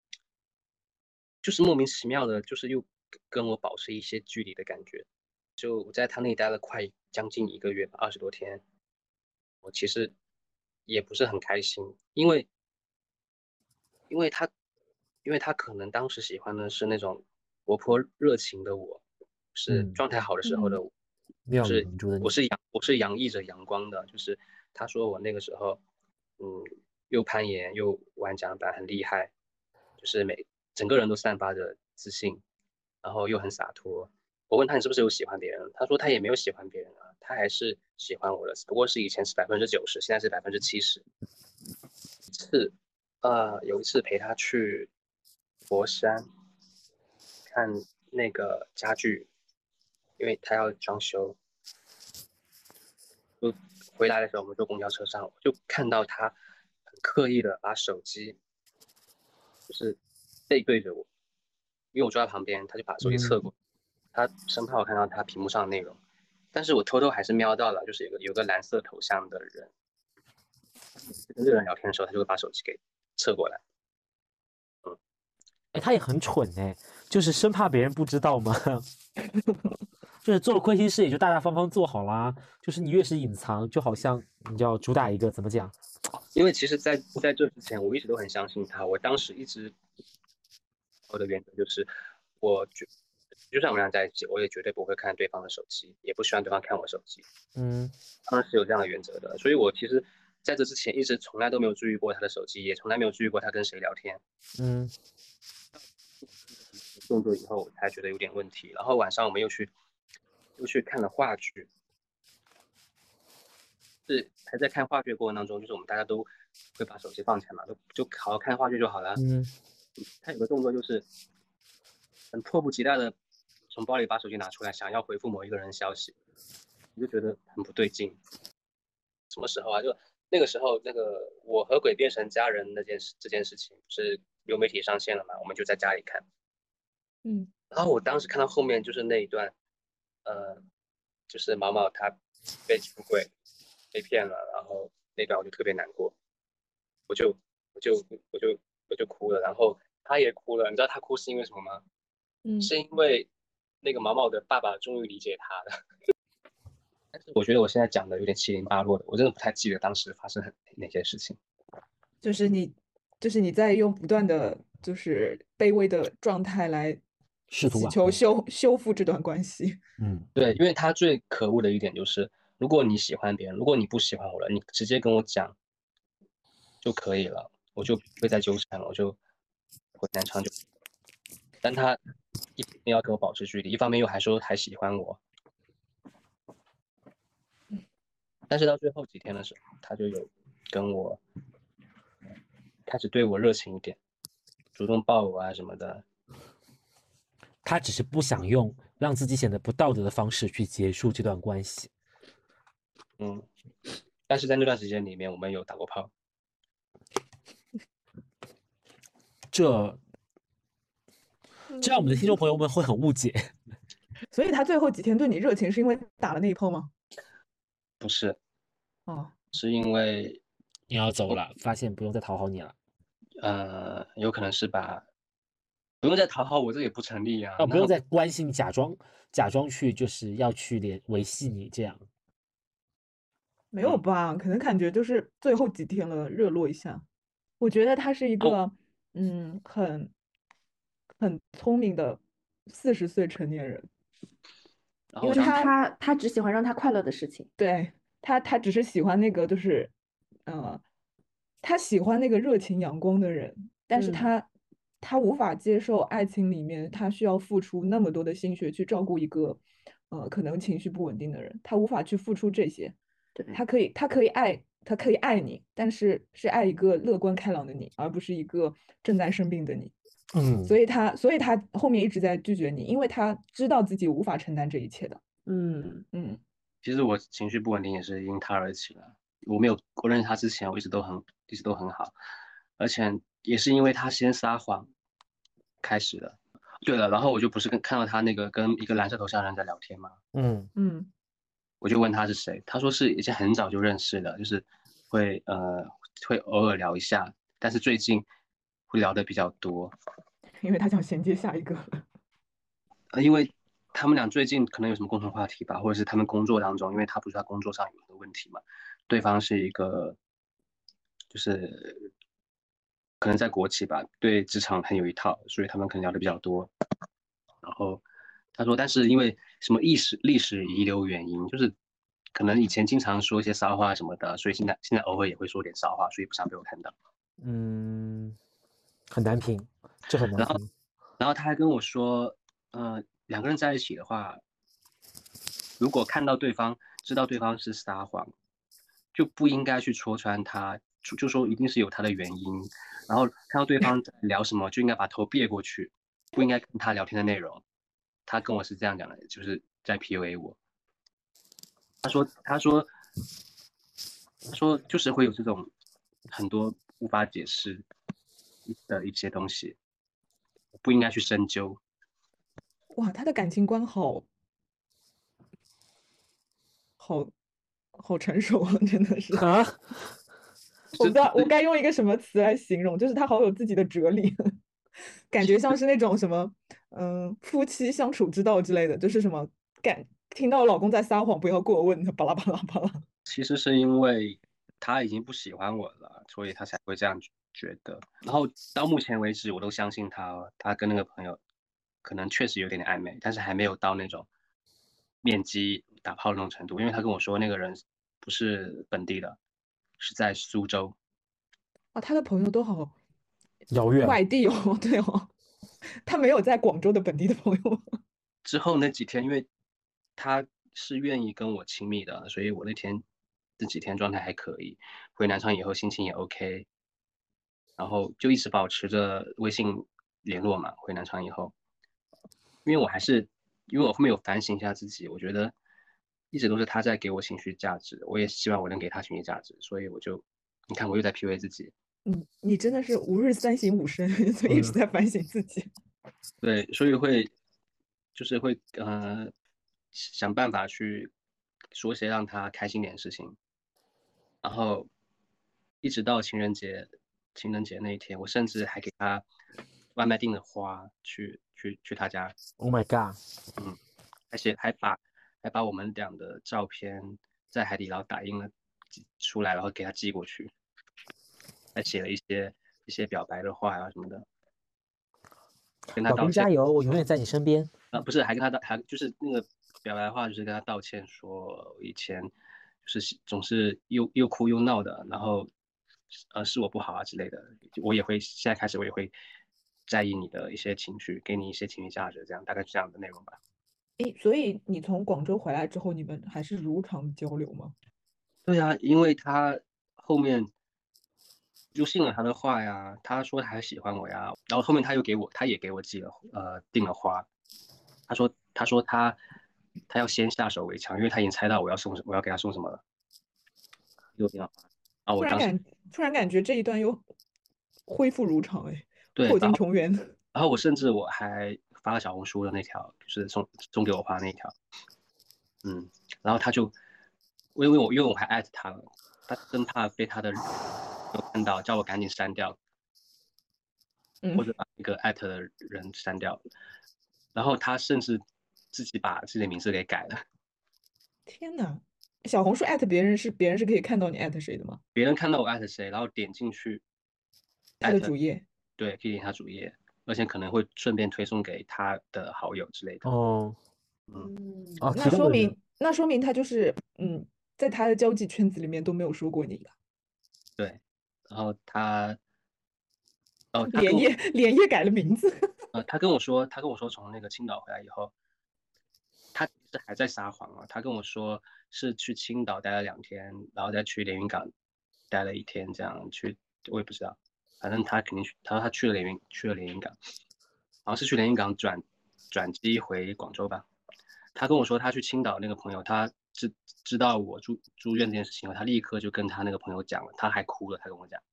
Speaker 5: 就是莫名其妙的，就是又跟我保持一些距离的感觉。就我在他那里待了快将近一个月吧，二十多天，我其实也不是很开心，因为因为他因为他可能当时喜欢的是那种活泼热情的我，是
Speaker 1: 嗯，
Speaker 5: 状态好的时候的
Speaker 3: 嗯，
Speaker 5: 我，
Speaker 1: 妙语
Speaker 5: 就是
Speaker 1: 连珠的你。
Speaker 5: 我是阳我是洋溢着阳光的，就是他说我那个时候，嗯，又攀岩又玩桨板很厉害，就是每整个人都散发着自信，然后又很洒脱。我问他你是不是有喜欢别人？他说他也没有喜欢别人啊，他还是喜欢我的，不过是以前是百分之九十，现在是百分之七十。是，呃，有一次陪他去佛山看那个家具，因为他要装修，就回来的时候我们坐公交车上，我就看到他很刻意的把手机就是背对着我，因为我坐在旁边，他就把手机侧
Speaker 1: 嗯，
Speaker 5: 过，他生怕我看到他屏幕上的内容，但是我偷偷还是瞄到了，就是有个有个蓝色头像的人，跟这个人聊天的时候，他就会把手机给侧过来。
Speaker 1: 哎，他也很蠢哎，就是生怕别人不知道嘛。 就是做了亏心事也就大大方方做好啦。就是你越是隐藏，就好像你就要主打一个怎么讲？
Speaker 5: 因为其实在，在这之前，我一直都很相信他。我当时一直我的原则就是，我就就算我们俩在一起，我也绝对不会看对方的手机，也不希望对方看我手机。
Speaker 1: 嗯，
Speaker 5: 当时是有这样的原则的，所以我其实在这之前一直从来都没有注意过他的手机，也从来没有注意过他跟谁聊天。
Speaker 1: 嗯，
Speaker 5: 动作以后，我才觉得有点问题。然后晚上我们又去又去看了话剧。是还在看话剧过程当中，就是我们大家都会把手机放起来嘛，就就好好看话剧就好了。
Speaker 1: 嗯，
Speaker 5: 他有个动作就是很迫不及待的从包里把手机拿出来，想要回复某一个人的消息，我就觉得很不对劲。什么时候啊？就那个时候，那个我和鬼变成家人那件事，这件事情是流媒体上线了嘛，我们就在家里看。
Speaker 3: 嗯，
Speaker 5: 然后我当时看到后面就是那一段，呃，就是毛毛他被出轨。被骗了，然后那段我就特别难过，我就我就我就我就哭了，然后他也哭了。你知道他哭是因为什么吗？
Speaker 3: 嗯，
Speaker 5: 是因为那个毛毛的爸爸终于理解他了。但是我觉得我现在讲的有点七零八落的，我真的不太记得当时发生哪些事情。
Speaker 3: 就是你，就是你在用不断的就是卑微的状态来祈
Speaker 1: 试图挽回。
Speaker 3: 求修修复这段关系。
Speaker 1: 嗯，
Speaker 5: 对，因为他最可恶的一点就是，如果你喜欢别人，如果你不喜欢我了，你直接跟我讲就可以了，我就不会再纠缠了，我就会难长久。但他一方面要跟我保持距离，一方面又还说还喜欢我。但是到最后几天的时候，他就有跟我开始对我热情一点，主动抱我啊什么的。
Speaker 1: 他只是不想用让自己显得不道德的方式去结束这段关系。
Speaker 5: 嗯，但是在那段时间里面，我们有打过炮。
Speaker 1: 这这让我们的听众朋友们会很误解。
Speaker 3: 所以他最后几天对你热情，是因为打了那一炮吗？
Speaker 5: 不是，
Speaker 3: 哦，
Speaker 5: 是因为
Speaker 1: 你要走了，发现不用再讨好你了。
Speaker 5: 呃，有可能是吧，不用再讨好我，这也不成立啊。
Speaker 1: 哦，不用再关心你，假装假装去就是要去联维系你这样。
Speaker 3: 没有吧？可能感觉就是最后几天了，热络一下。我觉得他是一个，嗯，很很聪明的四十岁成年人，
Speaker 5: 然后我当
Speaker 3: 因为他
Speaker 4: 他他只喜欢让他快乐的事情。
Speaker 3: 对他他只是喜欢那个就是，呃，他喜欢那个热情阳光的人，但是
Speaker 4: 嗯
Speaker 3: 他他无法接受爱情里面他需要付出那么多的心血去照顾一个，呃，可能情绪不稳定的人，他无法去付出这些。
Speaker 4: 对，
Speaker 3: 他可以，他可以爱，他可以爱你，但是是爱一个乐观开朗的你，而不是一个正在生病的你。
Speaker 1: 嗯，
Speaker 3: 所以他，所以他后面一直在拒绝你，因为他知道自己无法承担这一切的。
Speaker 4: 嗯
Speaker 3: 嗯，
Speaker 5: 其实我情绪不稳定也是因他而起了。我没有我认识他之前，我一直都很一直都很好，而且也是因为他先撒谎开始的。对了，然后我就不是跟看到他那个跟一个蓝色头像的人在聊天吗？
Speaker 1: 嗯
Speaker 3: 嗯，
Speaker 5: 我就问他是谁，他说是已经很早就认识的，就是会呃会偶尔聊一下，但是最近会聊的比较多。
Speaker 3: 因为他想衔接下一个了。
Speaker 5: 呃，因为他们俩最近可能有什么共同话题吧，或者是他们工作当中，因为他不是他工作上有很多问题嘛，对方是一个就是可能在国企吧，对职场很有一套，所以他们可能聊的比较多。然后他说，但是因为什么历史历史遗留原因，就是可能以前经常说一些骚话什么的，所以现在现在偶尔也会说点骚话，所以不想被我看到。
Speaker 1: 嗯，很难评，这很难
Speaker 5: 然后
Speaker 1: 评。
Speaker 5: 然后他还跟我说，呃，两个人在一起的话，如果看到对方知道对方是撒谎，就不应该去戳穿他，就就说一定是有他的原因。然后看到对方在聊什么，就应该把头别过去，不应该看他聊天的内容。他跟我是这样讲的，就是在 P U A 我。他说，他说，他说就是会有这种很多无法解释的一些东西，不应该去深究。
Speaker 3: 哇，他的感情观好好好成熟啊，真的是。
Speaker 1: 啊，
Speaker 3: 我不知道我该用一个什么词来形容，就是他好有自己的哲理，感觉像是那种什么，嗯，夫妻相处之道之类的，就是什么感听到老公在撒谎，不要过问，巴拉巴拉巴拉。
Speaker 5: 其实是因为他已经不喜欢我了，所以他才会这样觉得。然后到目前为止，我都相信他，他跟那个朋友可能确实有点点暧昧，但是还没有到那种面基打炮那种程度。因为他跟我说那个人不是本地的，是在苏州。
Speaker 3: 啊，他的朋友都好
Speaker 1: 遥远。
Speaker 3: 外地哦，对哦，他没有在广州的本地的朋友。
Speaker 5: 之后那几天，因为他是愿意跟我亲密的，所以我那天这几天状态还可以。回南昌以后心情也 OK，然后就一直保持着微信联络嘛。回南昌以后，因为我还是因为我后面有反省一下自己，我觉得一直都是他在给我情绪价值，我也希望我能给他情绪价值，所以我就你看我又在 P U A 自己。
Speaker 3: 嗯，你真的是吾日三省吾身，所以一直
Speaker 1: 嗯
Speaker 3: 在反省自己。
Speaker 5: 对，所以会就是会呃想办法去说些让他开心点的事情，然后一直到情人节，情人节那一天，我甚至还给他外卖订了花去去去他家，
Speaker 1: ，Oh my god，
Speaker 5: 嗯，而且还把还把我们俩的照片在海底捞打印了寄出来，然后给他寄过去，还写了一些一些表白的话啊什么的，跟他
Speaker 1: 老
Speaker 5: 道歉。
Speaker 1: 公加油，我永远在你身边。
Speaker 5: 啊，不是，还跟他道，还就是那个表白的话，就是跟他道歉，说以前就是总是又又哭又闹的，然后呃是我不好啊之类的，我也会现在开始我也会在意你的一些情绪，给你一些情绪价值，这样大概是这样的内容吧。
Speaker 3: 诶，所以你从广州回来之后，你们还是如常的交流吗？
Speaker 5: 对啊，因为他后面就信了他的话呀，他说他还喜欢我呀，然后后面他又给我，他也给我寄了呃订了花，他说他说他他要先下手为强，因为他已经猜到我要送什我要给他送什么了，给我订了花。啊，我当时
Speaker 3: 突然感突然感觉这一段又恢复如常，哎，
Speaker 5: 对，
Speaker 3: 破
Speaker 5: 然后
Speaker 3: 镜重圆。
Speaker 5: 然后我甚至我还发了小红书的那条，就是送送给我花那一条，嗯，然后他就因为我因为我还艾特他了，他生怕被他的有看到，叫我赶紧删掉，或
Speaker 3: 嗯，
Speaker 5: 者把那个艾特的人删掉，然后他甚至自己把自己的名字给改了，
Speaker 3: 天呐，小红书艾特别人是别人是可以看到你艾特谁的吗？
Speaker 5: 别人看到我艾特谁，然后点进去
Speaker 3: 他
Speaker 5: 艾特，
Speaker 3: 的主页。
Speaker 5: 对，可以点他主页，而且可能会顺便推送给他的好友之类的，
Speaker 1: 哦
Speaker 5: 嗯，
Speaker 4: 嗯，
Speaker 1: 哦，
Speaker 3: 那
Speaker 1: 知道的人。
Speaker 3: 说明那说明他就是嗯，在他的交际圈子里面都没有说过你的。
Speaker 5: 对，然后他哦，他跟我
Speaker 3: 连夜连夜改了名字。
Speaker 5: 呃，他跟我说，他跟我说从那个青岛回来以后，他其实还在撒谎啊。他跟我说是去青岛待了两天，然后再去连云港待了一天，这样去我也不知道，反正他肯定去，他说他去了连云去了连云港，好像是去连云港转转机回广州吧。他跟我说他去青岛那个朋友，他知知道我住住院这件事情后，他立刻就跟他那个朋友讲了，他还哭了，他跟我讲，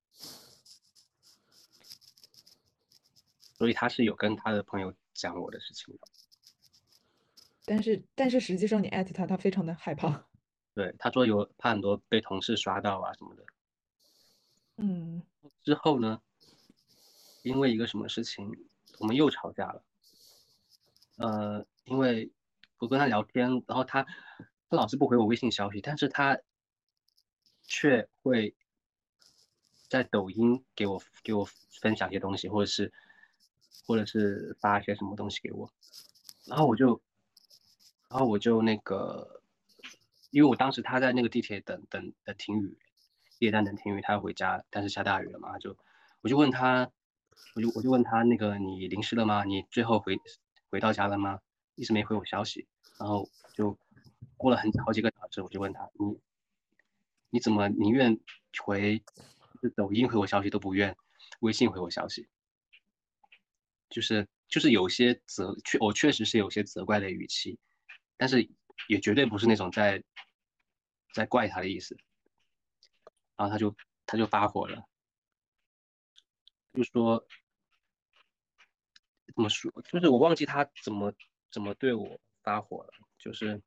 Speaker 5: 所以他是有跟他的朋友讲我的事情的。
Speaker 3: 但是但是实际上你艾特他，他非常的害怕。
Speaker 5: 对，他说有怕很多被同事刷到啊什么的。
Speaker 3: 嗯，
Speaker 5: 之后呢，因为一个什么事情，我们又吵架了。呃，因为我跟他聊天，然后他他老是不回我微信消息，但是他却会在抖音给我给我分享一些东西，或者是或者是发一些什么东西给我，然后我就然后我就那个，因为我当时他在那个地铁等等等停雨，地铁站等停雨，他要回家，但是下大雨了嘛，就我就问他，我就我就问他那个你淋湿了吗？你最后回回到家了吗？一直没回我消息，然后就过了很好几个小时，我就问他你你怎么宁愿回就是抖音回我消息都不愿微信回我消息？就是就是有些责确我确实是有些责怪的语气，但是也绝对不是那种在在怪他的意思。然后他就他就发火了，就说怎么说，就是我忘记他怎么怎么对我发火了，就是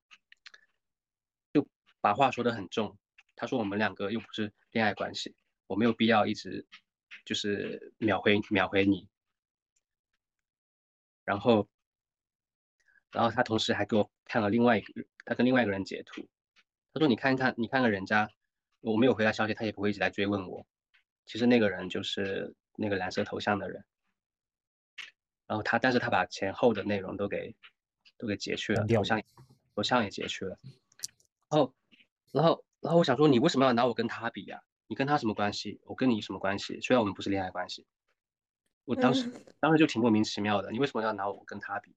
Speaker 5: 把话说得很重。他说我们两个又不是恋爱关系，我没有必要一直就是秒回秒回你。然后然后他同时还给我看了另外一个，他跟另外一个人截图，他说你看看你看看人家，我没有回他消息，他也不会一直来追问我。其实那个人就是那个蓝色头像的人，然后他但是他把前后的内容都给都给截去了，头像头像也截去了。然后然后然后我想说，你为什么要拿我跟他比呀？你跟他什么关系？我跟你什么关系？虽然我们不是恋爱关系。我当时、
Speaker 3: 嗯、
Speaker 5: 当时就挺莫名其妙的，你为什么要拿我跟他比？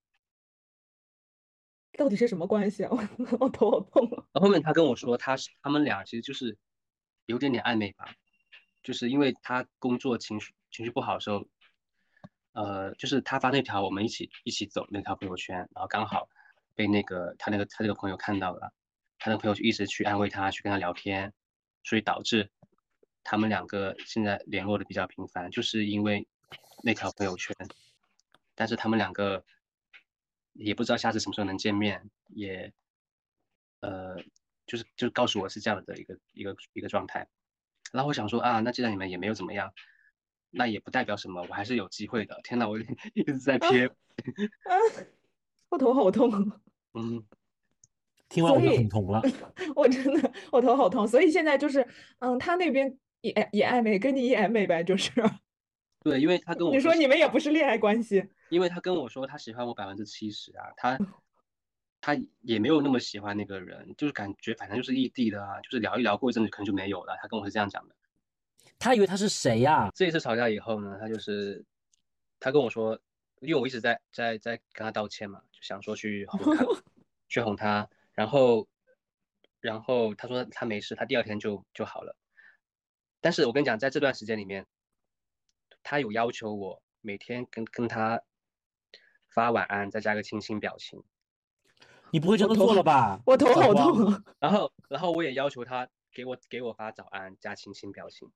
Speaker 3: 到底是什么关系啊？我我头好痛啊！
Speaker 5: 然后后面他跟我说，他是他们俩其实就是有点点暧昧吧，就是因为他工作情绪情绪不好的时候，呃，就是他发那条我们一起一起走那条朋友圈，然后刚好被那个他那个他这个朋友看到了，他那个朋友就一直去安慰他，去跟他聊天，所以导致他们两个现在联络的比较频繁，就是因为那条朋友圈。但是他们两个也不知道下次什么时候能见面，也呃就是就是告诉我是这样的一个一个一个状态。然后我想说啊，那既然你们也没有怎么样，那也不代表什么，我还是有机会的。天哪，我一直在
Speaker 3: 啊
Speaker 5: 撇，
Speaker 3: 啊，我头好痛。
Speaker 5: 嗯，
Speaker 1: 听完我就很痛了。
Speaker 3: 我真的我头好痛，所以现在就是，嗯，他那边也也暧昧，跟你也暧昧呗，就是。
Speaker 5: 对，因为他跟我说，
Speaker 3: 你说你们也不是恋爱关系，
Speaker 5: 因为他跟我说他喜欢我百分之七十啊，他他也没有那么喜欢那个人，就是感觉反正就是异地的啊，就是聊一聊过一阵子可能就没有了。他跟我是这样讲的。
Speaker 1: 他以为他是谁呀？
Speaker 5: 这一次吵架以后呢，他就是他跟我说，因为我一直在在在跟他道歉嘛，就想说去哄他，去哄他，然后然后他说他没事，他第二天就就好了。但是我跟你讲，在这段时间里面，他有要求我每天跟跟他发晚安，再加个亲亲表情。
Speaker 1: 你不会真的
Speaker 3: 我头
Speaker 1: 做了吧？
Speaker 3: 我头好
Speaker 1: 小光
Speaker 3: 痛啊！
Speaker 5: 然后然后我也要求他给我给我发早安加亲亲表情。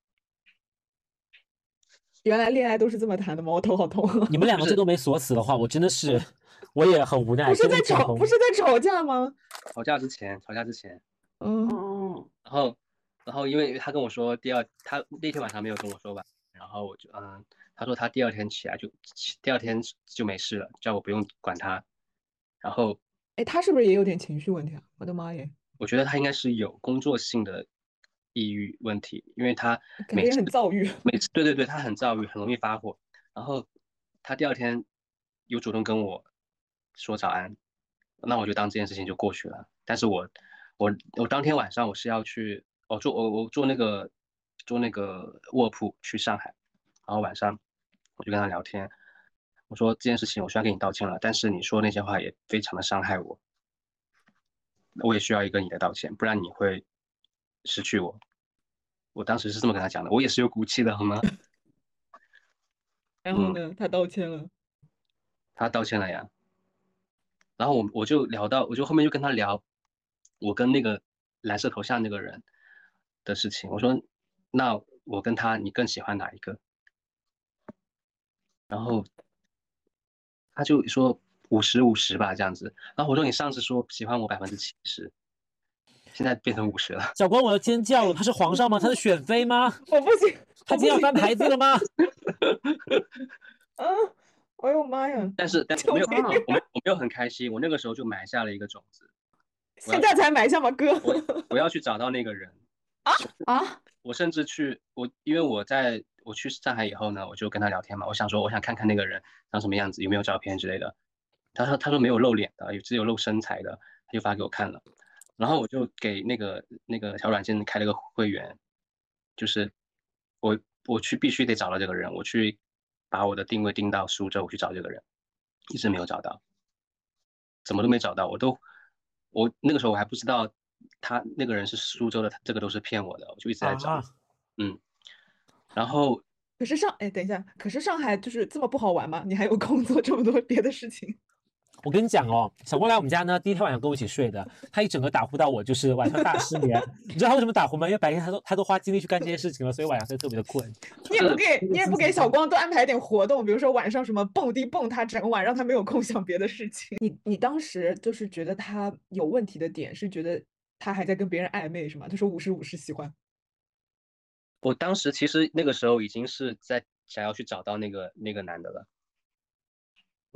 Speaker 3: 原来恋爱都是这么谈的吗？我头好痛啊！
Speaker 1: 你们两个这都没锁死的话，我真的是，我也很无奈。
Speaker 3: 不是在吵，
Speaker 1: 跟你同
Speaker 3: 不是在吵架吗？
Speaker 5: 吵架之前，吵架之前，
Speaker 3: 嗯，
Speaker 4: 哦，
Speaker 5: 然后然后因为他跟我说第二，他那天晚上没有跟我说吧，然后我就嗯，他说他第二天起来就第二天就没事了，叫我不用管他。然后
Speaker 3: 哎，他是不是也有点情绪问题啊？我的妈耶，
Speaker 5: 我觉得他应该是有工作性的抑郁问题，因为他
Speaker 3: 感觉也
Speaker 5: 每次
Speaker 3: 很躁郁。
Speaker 5: 每次对对对，他很躁郁，很容易发火。然后他第二天有主动跟我说早安，那我就当这件事情就过去了。但是我我我当天晚上我是要去，我坐我我坐那个坐那个卧铺去上海，然后晚上我就跟他聊天，我说这件事情我虽然给你道歉了，但是你说那些话也非常的伤害我，我也需要一个你的道歉，不然你会失去我。我当时是这么跟他讲的，我也是有骨气的，好吗？嗯，
Speaker 3: 然后呢，他道歉了。
Speaker 5: 他道歉了呀。然后我我就聊到，我就后面就跟他聊我跟那个蓝色头像那个人的事情。我说，那我跟他，你更喜欢哪一个？然后他就说五十五十吧，这样子。然后我说你上次说喜欢我百分之七十，现在变成五十了。
Speaker 1: 小光，我要尖叫了！他是皇上吗？他是选妃吗？
Speaker 3: 我不行，
Speaker 1: 他今天要翻牌子了吗？
Speaker 3: 啊！哎呦妈呀！
Speaker 5: 但是但是我没有，
Speaker 3: 救命
Speaker 5: 我没有我没有很开心。我那个时候就埋下了一个种子，
Speaker 3: 现在才埋下吗，哥？
Speaker 5: 我我要去找到那个人。
Speaker 4: 啊，
Speaker 5: 我甚至去我，因为我在我去上海以后呢，我就跟他聊天嘛，我想说我想看看那个人长什么样子，有没有照片之类的。他说他说没有露脸的，有只有露身材的，他就发给我看了。然后我就给那个那个小软件开了个会员，就是我我去必须得找到这个人，我去把我的定位定到苏州，我去找这个人，一直没有找到，怎么都没找到，我都我那个时候我还不知道他那个人是苏州的，这个都是骗我的，我就一直在找，
Speaker 1: 啊，
Speaker 5: 嗯，然后
Speaker 3: 可是上，哎，等一下，可是上海就是这么不好玩吗？你还有空做这么多别的事情？
Speaker 1: 我跟你讲哦，小光来我们家呢，第一天晚上跟我一起睡的，他一整个打呼到我就是晚上大失眠。你知道他为什么打呼吗？因为白天他都他都花精力去干这些事情了，所以晚上他就特别的困。
Speaker 3: 你也不给，你也不给小光多安排点活动，比如说晚上什么蹦迪蹦他整晚，让他没有空想别的事情。你你当时就是觉得他有问题的点是觉得他还在跟别人暧昧是吗？他说五十五十喜欢。
Speaker 5: 我当时其实那个时候已经是在想要去找到那个那个男的了，嗯，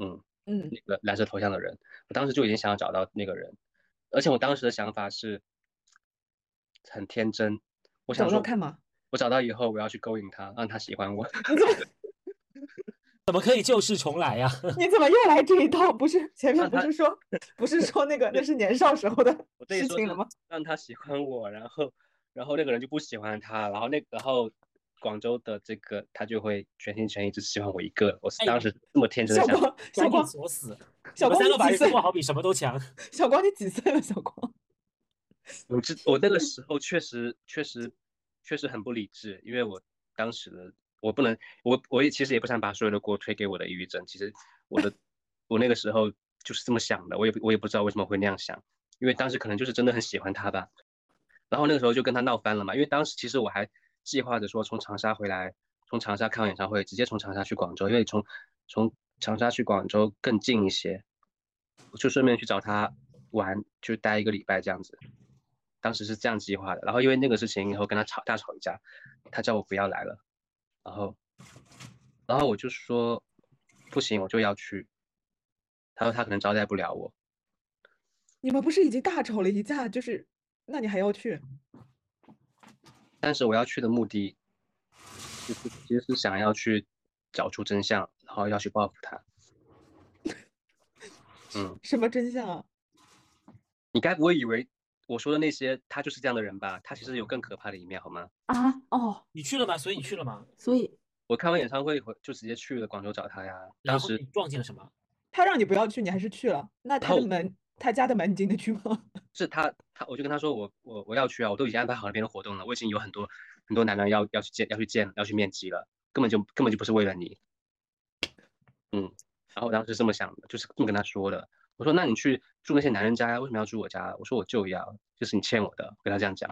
Speaker 3: 嗯，
Speaker 5: 那个蓝色头像的人，我当时就已经想要找到那个人，而且我当时的想法是很天真，我想说，
Speaker 3: 找到看嘛。
Speaker 5: 我找到以后我要去勾引他，让他喜欢我。
Speaker 3: 你怎么
Speaker 1: 怎么可以旧事重来呀、
Speaker 3: 你怎么又来这一套？不是前面
Speaker 5: 让他
Speaker 3: 不是说不是说那个那是年少时候的
Speaker 5: 我这一说是
Speaker 3: 事情了吗？
Speaker 5: 让他喜欢我，然后然后那个人就不喜欢他，然后那然后广州的这个他就会全心全意只喜欢我一个。我是当时这么天真的想，
Speaker 3: 小光，小
Speaker 1: 赶紧
Speaker 3: 光，
Speaker 1: 锁死！你
Speaker 3: 小光，
Speaker 1: 们三个把
Speaker 3: 你几岁？
Speaker 1: 日子过好比什么都强。
Speaker 3: 小光，你几岁了？小光，
Speaker 5: 我知我那个时候确实确实确实很不理智，因为我当时的我不能，我我也其实也不想把所有的锅推给我的抑郁症，其实我的我那个时候就是这么想的，我也我也不知道为什么会那样想，因为当时可能就是真的很喜欢他吧。然后那个时候就跟他闹翻了嘛，因为当时其实我还计划着说从长沙回来，从长沙看完演唱会，直接从长沙去广州，因为从从长沙去广州更近一些，我就顺便去找他玩，就待一个礼拜这样子。当时是这样计划的，然后因为那个事情以后跟他吵大吵一架，他叫我不要来了，然后然后我就说不行，我就要去，他说他可能招待不了我，
Speaker 3: 你们不是已经大吵了一架？就是那你还要去？
Speaker 5: 但是我要去的目的就是其实是想要去找出真相，然后要去报复他。嗯，
Speaker 3: 什么真相啊？
Speaker 5: 你该不会以为我说的那些他就是这样的人吧？他其实有更可怕的一面，好吗？
Speaker 4: 啊，哦，
Speaker 1: 你去了吗？所以你去了吗？
Speaker 4: 所以
Speaker 5: 我看完演唱会就直接去了广州找他呀。当时
Speaker 1: 然后你撞见了什么？
Speaker 3: 他让你不要去，你还是去了？那他
Speaker 5: 然后
Speaker 3: 的门，他家的门你进得去吗？
Speaker 5: 是他他我就跟他说我我我要去啊，我都已经安排好那边的活动了，我已经有很多很多男人要要去见要去见要去面基了，根本就根本就不是为了你。嗯，然后我当时是这么想的，就是这么跟他说的。我说那你去住那些男人家呀，为什么要住我家？我说我就要，就是你欠我的，我跟他这样讲。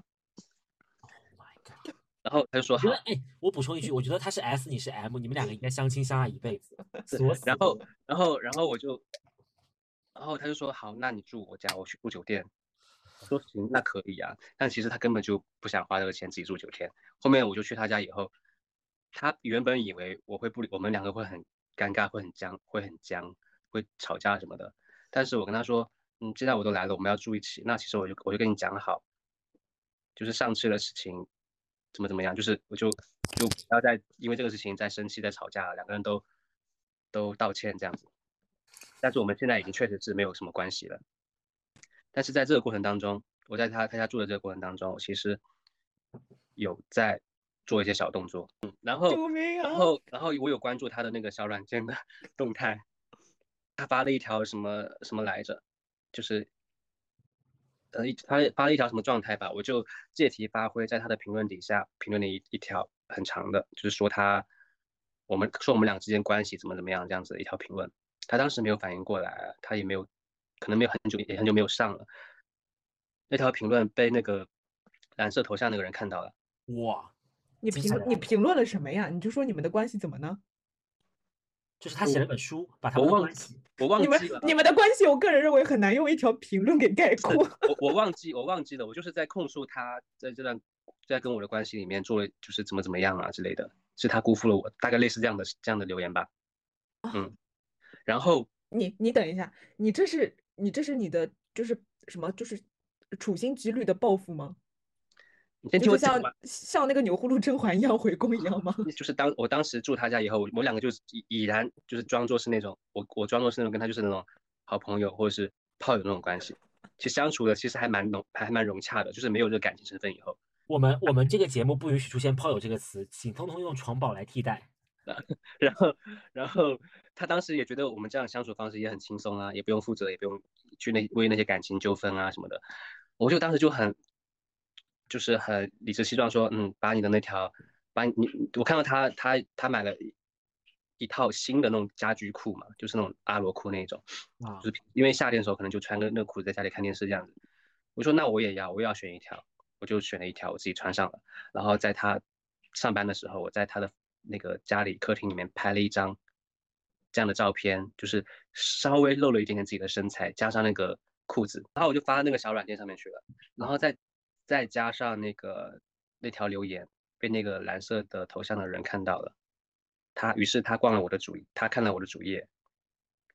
Speaker 1: Oh my god！
Speaker 5: 然后他就说好。
Speaker 1: 我觉得，哎，我补充一句，我觉得他是 S，你是 M，你们两个应该相亲相爱一辈子，锁死。
Speaker 5: 然后然后然后我就，然后他就说好，那你住我家，我去住酒店。我说行，那可以啊。但其实他根本就不想花这个钱自己住酒店。后面我就去他家以后，他原本以为我会不理，我们两个会很尴尬，会很僵，会很僵，会吵架什么的。但是我跟他说，嗯，既然我都来了，我们要住一起，那其实我就我就跟你讲好，就是上次的事情怎么怎么样，就是我就就不要再因为这个事情再生气再吵架了，两个人都都道歉这样子。但是我们现在已经确实是没有什么关系了。但是在这个过程当中，我在他他家住的这个过程当中，我其实有在做一些小动作，嗯，然后
Speaker 3: 救命啊！
Speaker 5: 然后然后我有关注他的那个小软件的动态，他发了一条什么什么来着，就是呃他发了一条什么状态吧，我就借题发挥，在他的评论底下评论了一一条很长的，就是说他我们说我们俩之间关系怎么怎么样这样子的一条评论，他当时没有反应过来，他也没有可能没有很久也很久没有上了。那条评论被那个蓝色头像那个人看到了。
Speaker 1: 哇，
Speaker 3: 你评论你评论了什么呀？你就说你们的关系怎么呢？
Speaker 1: 就是他写了本书，把他们
Speaker 5: 我忘
Speaker 1: 的关系。
Speaker 5: 我忘
Speaker 3: 你们
Speaker 5: 记了，
Speaker 3: 你们的关系，我个人认为很难用一条评论给概括。
Speaker 5: 我我忘记我忘记了，我就是在控诉他在这段在跟我的关系里面做了就是怎么怎么样啊之类的，是他辜负了我，大概类似这样的这样的留言吧。嗯，然后
Speaker 3: 你你等一下，你这是你这是你的就是什么就是处心积虑的报复吗？
Speaker 5: 你先
Speaker 3: 就是像
Speaker 5: 听我讲完。
Speaker 3: 像那个钮祜禄甄嬛一样回宫一样吗？
Speaker 5: 就是当我当时住他家以后，我两个就已已然就是装作是那种我我装作是那种跟他就是那种好朋友或者是炮友那种关系，其实相处的其实还蛮融还蛮融洽的，就是没有这个感情成分以后。
Speaker 1: 我们我们这个节目不允许出现炮友这个词，请通通用床宝来替代。
Speaker 5: 然后然后他当时也觉得我们这样相处方式也很轻松啊，也不用负责，也不用去那为那些感情纠纷啊什么的。我就当时就很就是很理直气壮说，嗯，把你的那条，把你我看到他他他买了一套新的那种家居裤嘛，就是那种阿罗裤那种，
Speaker 1: 啊，
Speaker 5: 就是因为夏天的时候可能就穿个那个裤子在家里看电视这样子。我说那我也要，我也要选一条，我就选了一条，我自己穿上了。然后在他上班的时候，我在他的那个家里客厅里面拍了一张这样的照片，就是稍微露了一点点自己的身材，加上那个裤子，然后我就发到那个小软件上面去了，然后再再加上那个那条留言被那个蓝色的头像的人看到了，他于是他逛了我的主，他看了我的主页，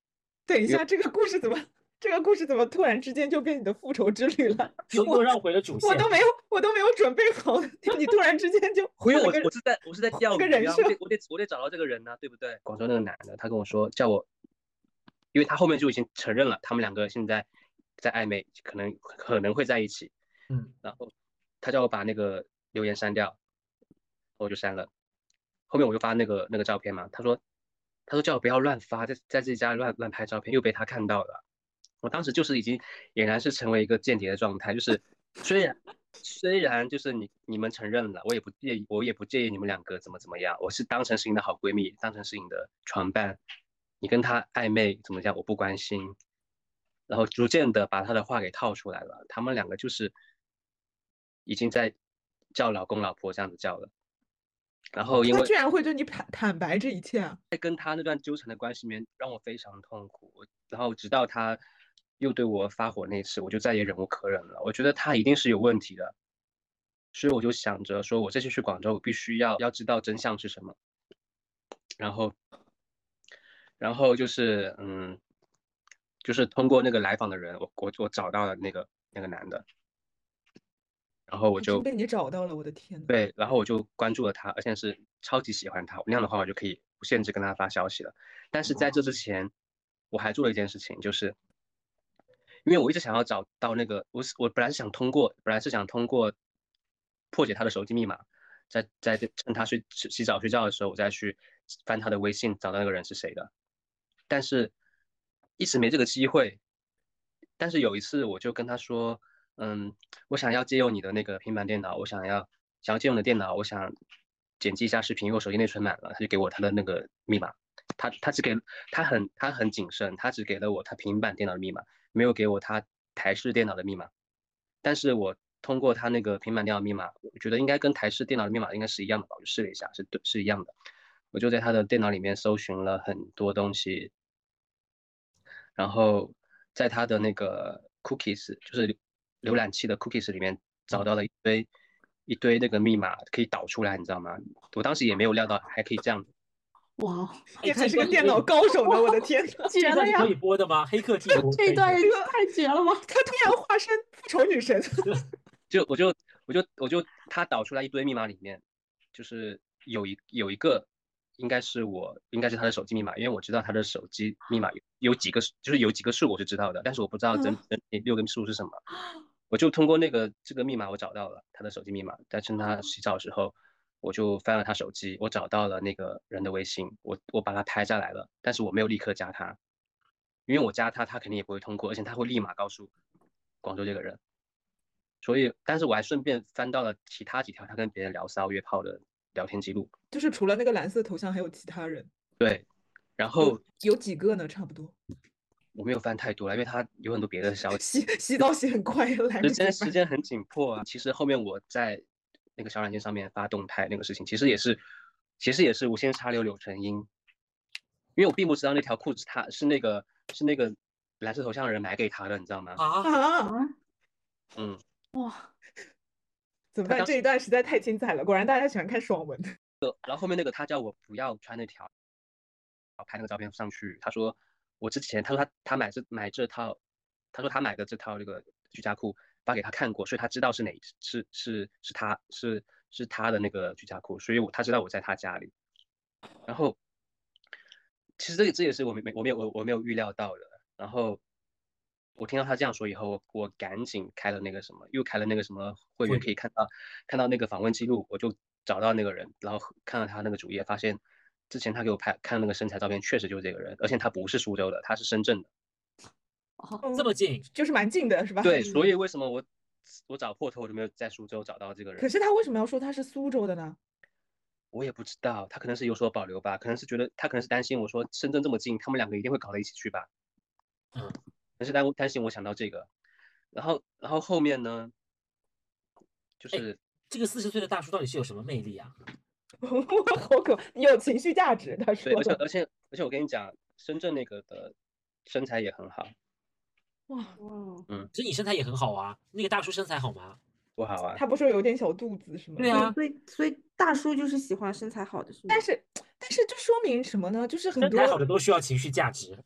Speaker 3: 等一下，这个故事怎么，这个故事怎么突然之间就变你的复仇之旅了？
Speaker 1: 又又绕回了主线。
Speaker 3: 我都没有，我都没有准备好，你突然之间就
Speaker 5: 因为我
Speaker 3: 换了个
Speaker 5: 我是在我是在钓
Speaker 3: 个人
Speaker 5: 鱼啊，我得
Speaker 3: 设。
Speaker 5: 我得我得找到这个人呢、对不对？广州那个男的，他跟我说叫我，因为他后面就已经承认了，他们两个现在在暧昧，可能可能会在一起。
Speaker 1: 嗯，
Speaker 5: 然后他叫我把那个留言删掉，我就删了。后面我就发那个那个照片嘛，他说他说叫我不要乱发，在在自己家里乱乱拍照片，又被他看到了。我当时就是已经俨然是成为一个间谍的状态，就是虽然虽然就是你你们承认了，我也不介意，我也不介意你们两个怎么怎么样，我是当成是你的好闺蜜，当成是你的床伴，你跟他暧昧怎么样我不关心，然后逐渐的把他的话给套出来了，他们两个就是已经在叫老公老婆这样子叫了。然后因为
Speaker 3: 他居然会对你坦坦白这一切啊！
Speaker 5: 在跟他那段纠缠的关系里面，让我非常痛苦。然后直到他又对我发火那次，我就再也忍无可忍了。我觉得他一定是有问题的，所以我就想着说，我这次去广州，我必须要要知道真相是什么。然后，然后就是嗯，就是通过那个来访的人，我我我找到了那个那个男的，然后我就
Speaker 3: 还真被你找到了，我的天呐。
Speaker 5: 对，然后我就关注了他，而且是超级喜欢他。那样的话，我就可以不限制跟他发消息了。但是在这之前，我还做了一件事情，就是因为我一直想要找到那个，我是我本来是想通过，本来是想通过破解他的手机密码，在在趁他睡洗澡睡觉的时候，我再去翻他的微信，找到那个人是谁的。但是一直没这个机会。但是有一次，我就跟他说，嗯，我想要借用你的那个平板电脑，我想要想要借用你的电脑，我想剪辑一下视频，因为我手机内存满了，他就给我他的那个密码，他他只给他很他很谨慎，他只给了我他平板电脑的密码，没有给我他台式电脑的密码。但是我通过他那个平板电脑密码，我觉得应该跟台式电脑的密码应该是一样的吧，我就试了一下，是对是一样的。我就在他的电脑里面搜寻了很多东西，然后在他的那个 cookies， 就是浏览器的 cookies 里面找到了一堆一堆那个密码可以导出来，你知道吗？我当时也没有料到还可以这样。
Speaker 4: 哇，
Speaker 3: 你还是个电脑高手呢，我的天呐。
Speaker 4: 绝了呀
Speaker 1: 可！以播的吗？黑客帝国
Speaker 4: 这一段也太绝了吧！
Speaker 3: 他突然化身复仇女神。
Speaker 5: 就我就我就我就他导出来一堆密码里面，就是有一有一个应该是我应该是他的手机密码，因为我知道他的手机密码有有几个就是有几个数我是知道的，但是我不知道整整六个数是什么。我就通过那个这个密码我找到了他的手机密码，在趁他洗澡的时候，我就翻了他手机，我找到了那个人的微信，我我把他拍下来了，但是我没有立刻加他，因为我加他他肯定也不会通过，而且他会立马告诉广州这个人。所以，但是我还顺便翻到了其他几条他跟别人聊骚约炮的聊天记录，
Speaker 3: 就是除了那个蓝色头像，还有其他人。
Speaker 5: 对，然后
Speaker 3: 有几个呢？差不多。
Speaker 5: 我没有翻太多了，因为他有很多别的消息。
Speaker 3: 洗洗澡洗很快，来不
Speaker 5: 时间
Speaker 3: 及翻。
Speaker 5: 时间很紧迫啊。其实后面我在那个小软件上面发动态那个事情，其实也是，其实也是无心插柳柳成荫，因为我并不知道那条裤子他是那个是那个蓝色头像的人买给他的，你知道吗？
Speaker 1: 啊，
Speaker 3: 啊！
Speaker 5: 嗯，
Speaker 4: 哇，
Speaker 3: 怎么办？这一段实在太精彩了，果然大家喜欢看爽文。
Speaker 5: 然后后面那个他叫我不要穿那条，拍那个照片上去。他说我之前，他说他他买这买这套，他说他买的这套这个居家裤发给他看过，所以他知道是哪是是是他是是他的那个居家裤，所以我他知道我在他家里。然后其实这这也是我没我没有我我没有预料到的。然后我听到他这样说以后，我我赶紧开了那个什么，又开了那个什么会员，可以看到看到那个访问记录，我就找到那个人，然后看到他那个主页，发现之前他给我拍看那个身材照片，确实就是这个人，而且他不是苏州的，他是深圳的。
Speaker 1: 哦，这么近，
Speaker 3: 就是蛮近的，是吧？
Speaker 5: 对，所以为什么我我找破头我就没有在苏州找到这个人？
Speaker 3: 可是他为什么要说他是苏州的呢？
Speaker 5: 我也不知道，他可能是有所保留吧，可能是觉得他可能是担心我说深圳这么近，他们两个一定会搞到一起去吧。
Speaker 1: 嗯，
Speaker 5: 可能是担担心我想到这个，然后然后后面呢，就是
Speaker 1: 这个四十岁的大叔到底是有什么魅力啊？
Speaker 3: 好可有情绪价值，他说。
Speaker 5: 对，而且而且而且我跟你讲，深圳那个的身材也很好。
Speaker 3: 哇，
Speaker 5: 嗯，
Speaker 1: 所以你身材也很好啊，那个大叔身材好吗？
Speaker 5: 不好啊。
Speaker 3: 他不是有点小肚子是吗？
Speaker 1: 对啊，
Speaker 4: 所以所以大叔就是喜欢身材好的，是吗？
Speaker 3: 但是但是这说明什么呢？就是很多
Speaker 1: 身材好的都需要情绪价值。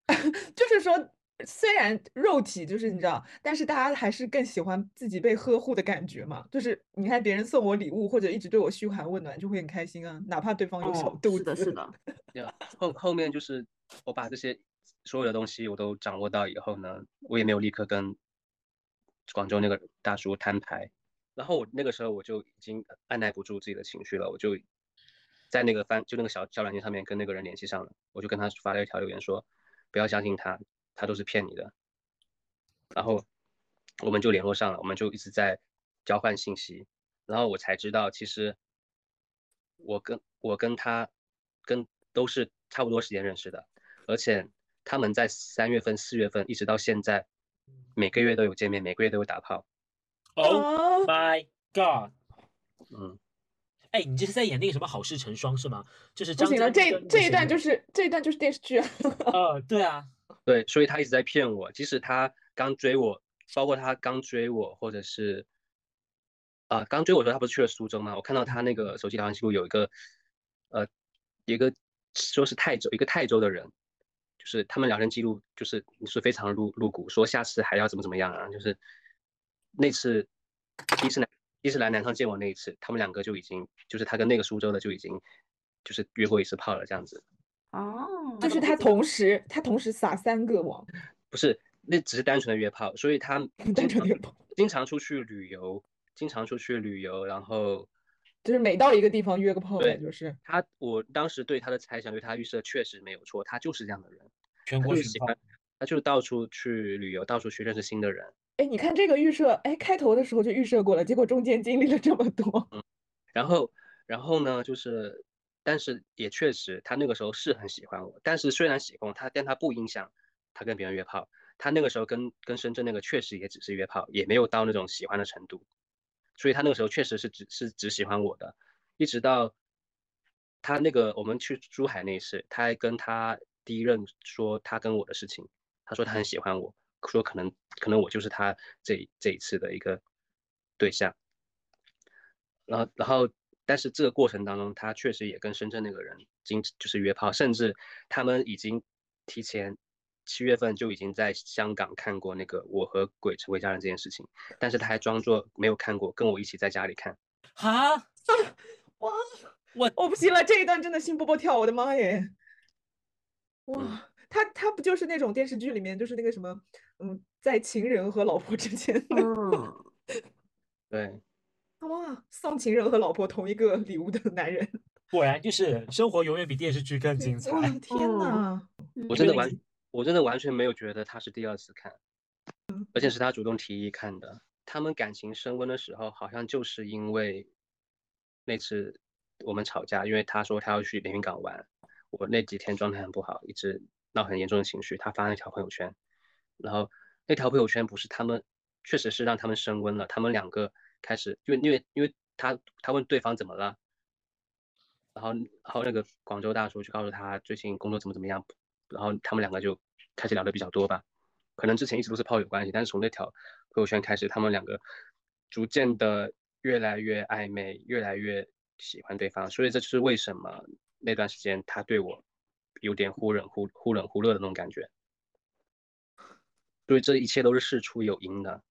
Speaker 3: 就是说，虽然肉体就是你知道，但是大家还是更喜欢自己被呵护的感觉嘛。就是你看别人送我礼物或者一直对我嘘寒问暖，就会很开心啊，哪怕对方有小
Speaker 4: 哦，
Speaker 3: 肚
Speaker 4: 是的，是
Speaker 3: 子。
Speaker 4: 的，
Speaker 5: 对啊，后后面就是我把这些所有的东西我都掌握到以后呢，我也没有立刻跟广州那个大叔摊牌，然后我那个时候我就已经按耐不住自己的情绪了，我就在那个翻就那个小小软件上面跟那个人联系上了，我就跟他发了一条留言说，不要相信他，他都是骗你的。然后我们就联络上了，我们就一直在交换信息，然后我才知道其实我跟我跟他跟都是差不多时间认识的，而且他们在三月份、四月份一直到现在，每个月都有见面，每个月都有打炮。
Speaker 1: Oh
Speaker 3: 啊，
Speaker 1: my god！
Speaker 5: 嗯，
Speaker 1: 哎，你这是在演那个什么《好事成双》是吗？就是
Speaker 3: 不行了，
Speaker 1: 张嘉译
Speaker 3: 这这一
Speaker 1: 跟那个谁演？
Speaker 3: 段就是这一段就是电视剧啊。
Speaker 1: 呃，对啊，
Speaker 5: 对，所以他一直在骗我，即使他刚追我，包括他刚追我，或者是啊、刚追我的时候，他不是去了苏州吗？我看到他那个手机聊天记录有一个，呃，有一个说是泰州一个泰州的人，就是他们聊天记录就是你说非常露露骨，说下次还要怎么怎么样啊，就是那次第一次来第一次来南昌见我那一次，他们两个就已经就是他跟那个苏州的就已经就是约过一次炮了这样子，
Speaker 4: 哦，
Speaker 3: 就是他同时他同时撒三个网，
Speaker 5: 不是那只是单纯的约炮，所以他
Speaker 3: 单
Speaker 5: 经常
Speaker 3: 纯约炮，
Speaker 5: 经常出去旅游，经常出去旅游，然后。
Speaker 3: 就是每到一个地方约个炮呗，
Speaker 5: 对
Speaker 3: 就是
Speaker 5: 他，我当时对他的猜想，对他预设确实没有错，他就是这样的人，
Speaker 1: 全
Speaker 5: 他
Speaker 1: 国巡炮。
Speaker 5: 就是喜欢，他就是到处去旅游，到处去认识新的人。
Speaker 3: 哎，你看这个预设，哎，开头的时候就预设过了，结果中间经历了这么多。
Speaker 5: 然后，然后呢，就是，但是也确实，他那个时候是很喜欢我，但是虽然喜欢我，他但他不影响他跟别人约炮。他那个时候跟跟深圳那个确实也只是约炮，也没有到那种喜欢的程度，所以他那个时候确实是只是只喜欢我的，一直到他那个我们去珠海那一次，他还跟他第一任说他跟我的事情，他说他很喜欢我，说可能可能我就是他这这一次的一个对象。然后，然后，但是这个过程当中，他确实也跟深圳那个人经就是约炮，甚至他们已经提前七月份就已经在香港看过那个《我和鬼成为家人》这件事情，但是他还装作没有看过，跟我一起在家里看。
Speaker 1: 哈，
Speaker 3: 哇，
Speaker 1: 我
Speaker 3: 我不行了，这一段真的心波波跳，我的妈耶！
Speaker 5: 嗯，
Speaker 3: 哇，他他不就是那种电视剧里面就是那个什么，嗯，在情人和老婆之间，
Speaker 4: 嗯，
Speaker 5: 对，
Speaker 3: 哇，送情人和老婆同一个礼物的男人，
Speaker 1: 果然就是生活永远比电视剧更精彩。
Speaker 3: 哇，天
Speaker 4: 嗯，
Speaker 3: 呐！
Speaker 5: 我真的完，
Speaker 1: 因为那集
Speaker 5: 我真的完全没有觉得他是第二次看，而且是他主动提议看的。他们感情升温的时候，好像就是因为那次我们吵架，因为他说他要去连云港玩，我那几天状态很不好，一直闹很严重的情绪。他发那条朋友圈，然后那条朋友圈不是他们，确实是让他们升温了。他们两个开始，因为因为因为他他问对方怎么了，然后然后那个广州大叔就告诉他最近工作怎么怎么样，然后他们两个就开始聊得比较多吧。可能之前一直都是炮友关系，但是从那条朋友圈开始，他们两个逐渐的越来越暧昧，越来越喜欢对方。所以这就是为什么那段时间他对我有点忽冷忽忽冷忽热的那种感觉。所以这一切都是事出有因的。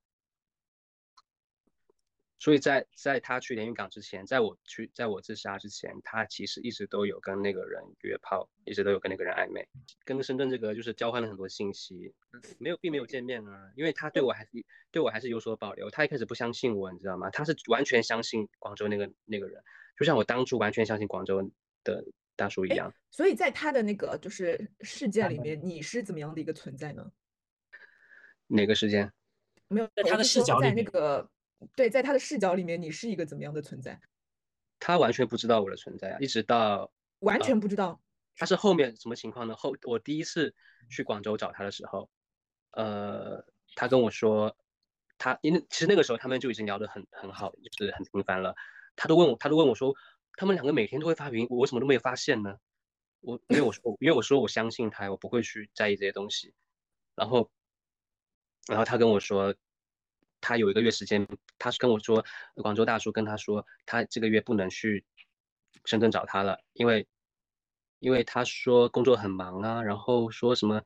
Speaker 5: 所以在在他去连云港之前，在我去在我自杀之前，他其实一直都有跟那个人约炮，一直都有跟那个人暧昧，跟深圳这个就是交换了很多信息，没有并没有见面啊，因为他对我还是对我还是有所保留，他一开始不相信我，你知道吗？他是完全相信广州那个那个人，就像我当初完全相信广州的大叔一样。
Speaker 3: 所以在他的那个就是事件里面，你是怎么样的一个存在呢？
Speaker 5: 哪个时间？
Speaker 3: 没有，
Speaker 1: 在他的
Speaker 3: 我是说在那
Speaker 1: 视角里面，
Speaker 3: 个，对，在他的视角里面，你是一个怎么样的存在？
Speaker 5: 他完全不知道我的存在啊，一直到
Speaker 3: 完全不知道。
Speaker 5: 他是后面什么情况呢？后我第一次去广州找他的时候，呃，他跟我说，他因为其实那个时候他们就已经聊得很很好，就是很频繁了。他都问我，他都问我说，他们两个每天都会发语音，我为什么都没有发现呢？我因为我说，因为我说我相信他，我不会去在意这些东西。然后，然后他跟我说，他有一个月时间，他是跟我说，广州大叔跟他说，他这个月不能去深圳找他了，因为因为他说工作很忙啊，然后说什么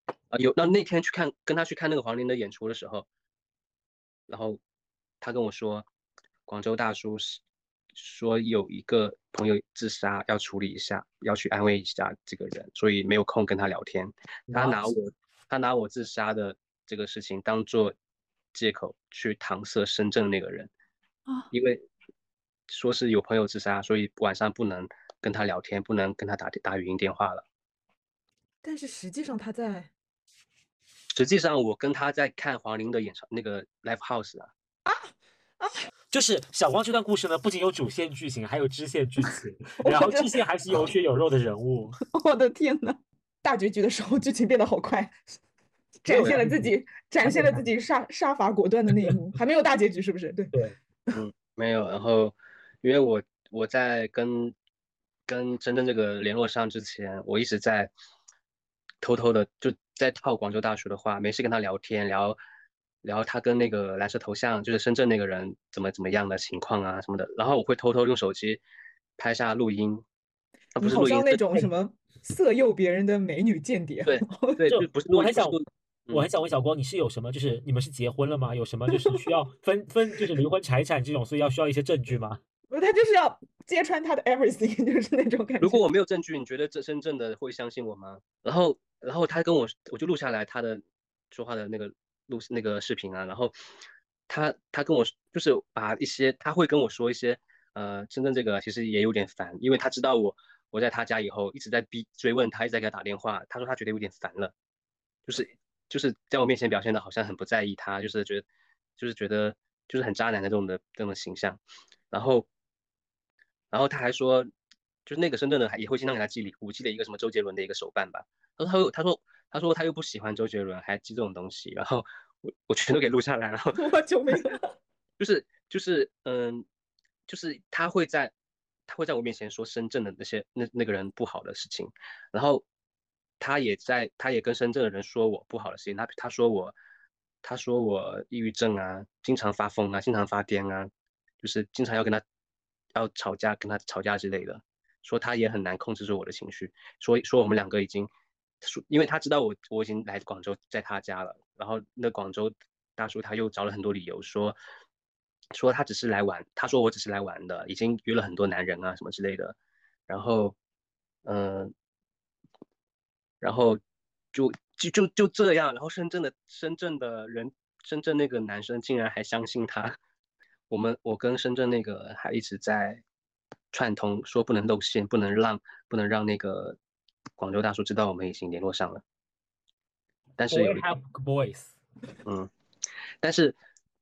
Speaker 5: 啊，有那那天去看跟他去看那个黄龄的演出的时候，然后他跟我说，广州大叔是说有一个朋友自杀，要处理一下，要去安慰一下这个人，所以没有空跟他聊天。他拿
Speaker 1: What？
Speaker 5: 我他拿我自杀的这个事情当做借口去搪塞深圳那个人，
Speaker 4: 啊，
Speaker 5: 因为说是有朋友自杀，所以晚上不能跟他聊天，不能跟他打打语音电话了。
Speaker 3: 但是实际上他在
Speaker 5: 实际上，我跟他在看黄龄的演唱那个 live house 啊，
Speaker 1: 就是小光这段故事呢，不仅有主线剧情，还有支线剧情，
Speaker 3: 我这
Speaker 1: 然后支线还是有血有肉的人物。
Speaker 3: 我的天呐，大结局的时候剧情变得好快，展现了自己，展现了自己杀杀伐果断的那一幕，还没有大结局是不是？对
Speaker 1: 对，
Speaker 5: 嗯，没有。然后，因为我我在跟跟真正这个联络上之前，我一直在偷偷的就在套广州大叔的话，没事跟他聊天，聊聊他跟那个蓝色头像，就是深圳那个人怎么怎么样的情况啊什么的。然后我会偷偷用手机拍下录音，啊不
Speaker 3: 你
Speaker 5: 是录音，
Speaker 3: 好像那
Speaker 5: 是
Speaker 3: 种什么色诱别人的美女间谍，
Speaker 5: 对对，
Speaker 1: 就
Speaker 5: 就不是录音，
Speaker 1: 我很想，
Speaker 5: 不是录，
Speaker 1: 我很
Speaker 5: 嗯，
Speaker 1: 想问小光，你是有什么？就是你们是结婚了吗？有什么就是需要分分，就是离婚财产这种，所以要需要一些证据吗？
Speaker 3: 他就是要揭穿他的 everything，就是那种感觉。
Speaker 5: 如果我没有证据，你觉得这深圳的会相信我吗？然后，然后他跟我，我就录下来他的说话的那个录那个视频啊，然后他他跟我就是把一些他会跟我说一些，呃，深圳这个其实也有点烦，因为他知道我我在他家以后一直在逼追问他，一直在给他打电话，他说他觉得有点烦了，就是就是在我面前表现的好像很不在意他，就是觉得就是觉得就是很渣男的这种的这种形象，然后然后他还说，就是那个深圳的还也会经常给他寄礼物，寄了一个什么周杰伦的一个手办吧。他说他又他说他说他又不喜欢周杰伦，还寄这种东西，然后我我全都给录下来，然后
Speaker 3: 我救命！
Speaker 5: 就是就是嗯，就是他会在他会在我面前说深圳的那些那那个人不好的事情，然后他也在他也跟深圳的人说我不好的事情，他他说我他说我抑郁症啊，经常发疯啊，经常发癫啊，就是经常要跟他要吵架，跟他吵架之类的，说他也很难控制住我的情绪，说说我们两个已经说，因为他知道我我已经来广州在他家了，然后那广州大叔他又找了很多理由说说他只是来玩，他说我只是来玩的，已经约了很多男人啊什么之类的，然后嗯、呃然后就就就就这样，然后深圳的深圳的人，深圳那个男生竟然还相信他，我们我跟深圳那个还一直在串通，说不能露馅，不能让不能让那个广州大叔知道我们已经联络上了。但是
Speaker 1: Boy
Speaker 5: 有一
Speaker 1: have boys。
Speaker 5: 嗯，但是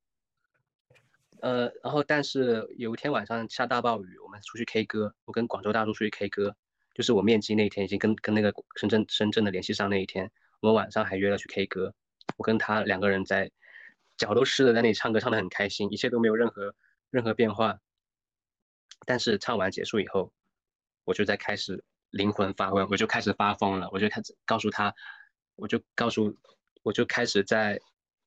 Speaker 5: 呃，然后但是有一天晚上下大暴雨，我们出去 K 歌，我跟广州大叔出去 K 歌，就是我面基那一天，已经跟跟那个深圳深圳的联系上那一天，我们晚上还约了去 K 歌，我跟他两个人在脚都湿了，在那里唱歌，唱得很开心，一切都没有任何任何变化。但是唱完结束以后，我就在开始灵魂发问，我就开始发疯了，我就开始告诉他，我就告诉，我就开始在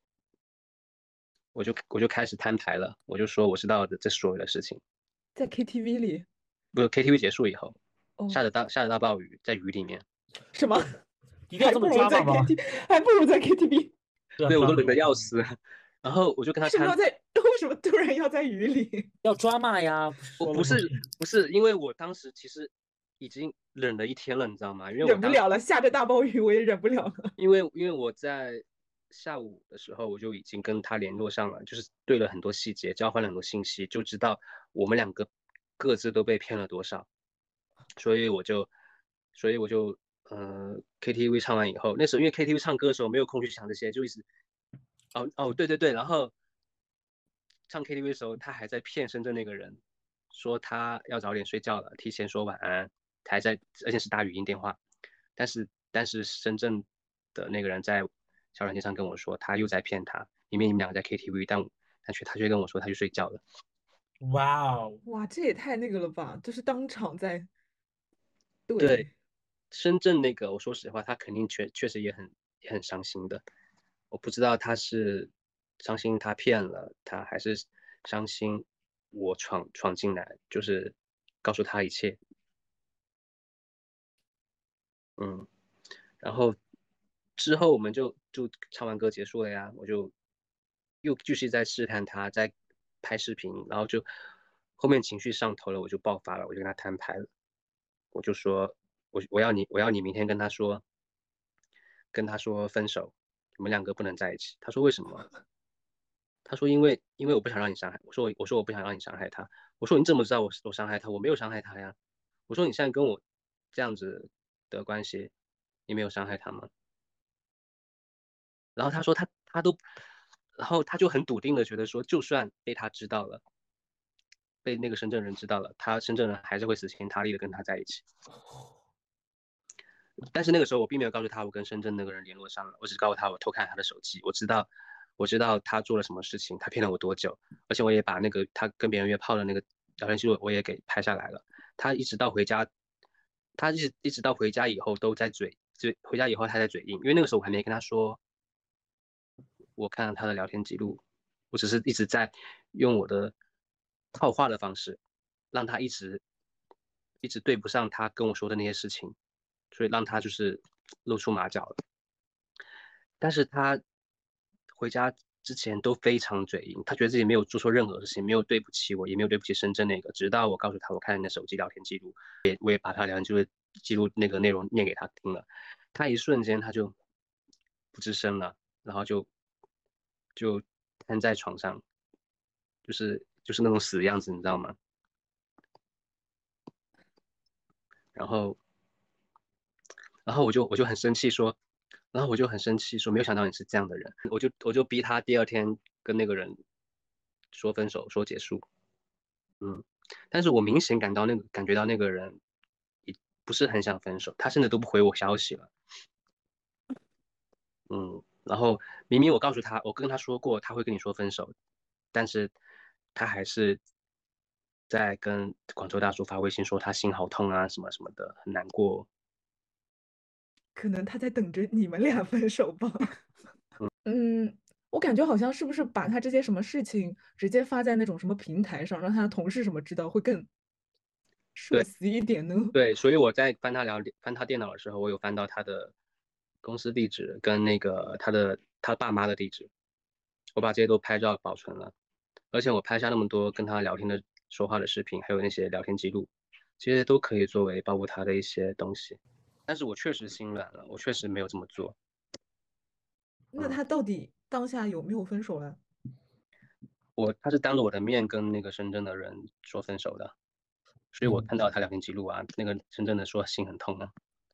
Speaker 5: 我就我就开始摊牌了，我就说我知道的这所有的事情。
Speaker 3: 在 K T V 里，
Speaker 5: 不是 K T V 结束以后，
Speaker 3: 哦，
Speaker 5: 下着大下着大暴雨，在雨里面，
Speaker 3: 什么？
Speaker 1: 一定要这么
Speaker 3: 还不如在
Speaker 1: 抓马吗？
Speaker 3: K T，还不如在 K T V。
Speaker 5: 对我都冷
Speaker 1: 对啊抓马
Speaker 5: 得要死。然后我就跟他摊，
Speaker 3: 为什么要在？为什么突然要在雨里？
Speaker 1: 要抓马呀！说了吗？
Speaker 5: 我不是不是，因为我当时其实已经忍了一天了，你知道吗？因为我当
Speaker 3: 忍不了了，下着大暴雨，我也忍不了了。
Speaker 5: 因为因为我在下午的时候我就已经跟他联络上了，就是对了很多细节，交换了很多信息，就知道我们两个各自都被骗了多少，所以我就所以我就呃 K T V 唱完以后，那时候因为 K T V 唱歌的时候没有空去想这些，就一直哦哦对对对，然后唱 K T V 的时候他还在骗深圳那个人，说他要早点睡觉了，提前说晚安，他还在而且是打语音电话，但是但是深圳的那个人在小软件上跟我说，他又在骗他，明明你们两个在 K T V，但但却他却跟我说他去睡觉了。
Speaker 1: 哇哦，
Speaker 3: 哇，这也太那个了吧！就是当场在，
Speaker 5: 对，
Speaker 3: 对，
Speaker 5: 深圳那个，我说实话，他肯定确确实也很也很伤心的。我不知道他是伤心他骗了他，还是伤心我闯闯进来，就是告诉他一切。嗯，然后之后我们就就唱完歌结束了呀，我就又继续在试探他，在拍视频，然后就后面情绪上头了，我就爆发了，我就跟他摊牌了，我就说我我要你我要你明天跟他说跟他说分手，我们两个不能在一起。他说为什么？他说因为因为我不想让你伤害，我说我我说我不想让你伤害他，我说你怎么知道我我伤害他？我没有伤害他呀，我说你现在跟我这样子的关系，你没有伤害他吗？然后他说他他都，然后他就很笃定的觉得说，就算被他知道了，被那个深圳人知道了，他深圳人还是会死心塌地的跟他在一起。但是那个时候我并没有告诉他我跟深圳那个人联络上了，我只告诉他我偷看他的手机，我知道我知道他做了什么事情，他骗了我多久，而且我也把那个他跟别人约炮的那个聊天记录我也给拍下来了。他一直到回家，他一直一直到回家以后都在嘴嘴，回家以后他在嘴硬，因为那个时候我还没跟他说，我看了他的聊天记录，我只是一直在用我的套话的方式，让他一直一直对不上他跟我说的那些事情。所以让他就是露出马脚了。但是他回家之前都非常嘴硬，他觉得自己没有做错任何事情，没有对不起我，也没有对不起深圳那个。直到我告诉他我看你的手机聊天记录，也我也把他聊天记录记录那个内容念给他听了，他一瞬间他就不吱声了，然后就就瘫在床上，就是就是那种死样子，你知道吗？然后。然后我就我就很生气说，然后我就很生气说，没有想到你是这样的人，我就我就逼他第二天跟那个人说分手，说结束，嗯，但是我明显感到那个感觉到那个人也不是很想分手，他甚至都不回我消息了，嗯，然后明明我告诉他，我跟他说过他会跟你说分手，但是他还是在跟广州大叔发微信说他心好痛啊什么什么的，很难过。
Speaker 3: 可能他在等着你们俩分手吧。嗯，我感觉好像是不是把他这些什么事情直接发在那种什么平台上，让他的同事什么知道，会更社
Speaker 5: 对
Speaker 3: 死一点呢？
Speaker 5: 对，所以我在翻他聊翻他电脑的时候，我有翻到他的公司地址跟那个他的他爸妈的地址，我把这些都拍照保存了，而且我拍下那么多跟他聊天的说话的视频，还有那些聊天记录，这些都可以作为保护他的一些东西。但是我确实心软了，我确实没有这么做。
Speaker 3: 那他到底当下有没有分手了？
Speaker 5: 我他是当着我的面跟那个深圳的人说分手的，所以我看到他聊天记录啊，那个深圳的说心很痛啊。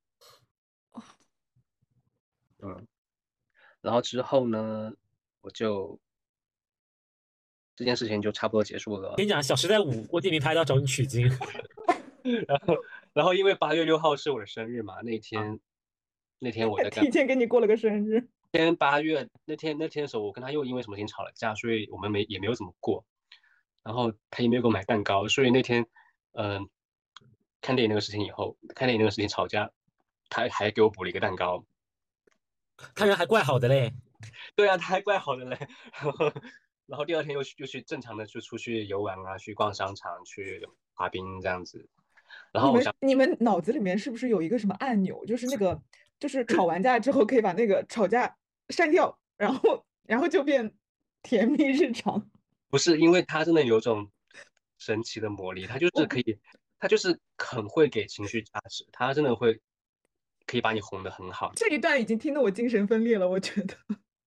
Speaker 5: 嗯，然后之后呢，我就这件事情就差不多结束了。
Speaker 1: 跟你讲，《小时代五》郭敬明拍到找你取经，
Speaker 5: 然后，然后因为八月六号是我的生日嘛，那天、啊、那天我在干，
Speaker 3: 提前给你过了个生日。
Speaker 5: 天八月那天那天的时候，我跟他又因为什么事情吵了架，所以我们没也没有怎么过。然后他也没有给我买蛋糕，所以那天，嗯、呃，看电影那个事情以后，看电影那个事情吵架，他还给我补了一个蛋糕。
Speaker 1: 他人还怪好的嘞。
Speaker 5: 对啊，他还怪好的嘞。然后，然后第二天又去又去正常的就出去游玩啊，去逛商场，去滑冰这样子。然后我想，
Speaker 3: 你们你们脑子里面是不是有一个什么按钮，就是那个就是吵完架之后可以把那个吵架删掉，然后然后就变甜蜜日常？
Speaker 5: 不是，因为他真的有种神奇的魔力，他就是可以，他就是很会给情绪价值，他真的会可以把你哄得很好。
Speaker 3: 这一段已经听得我精神分裂了，我觉得。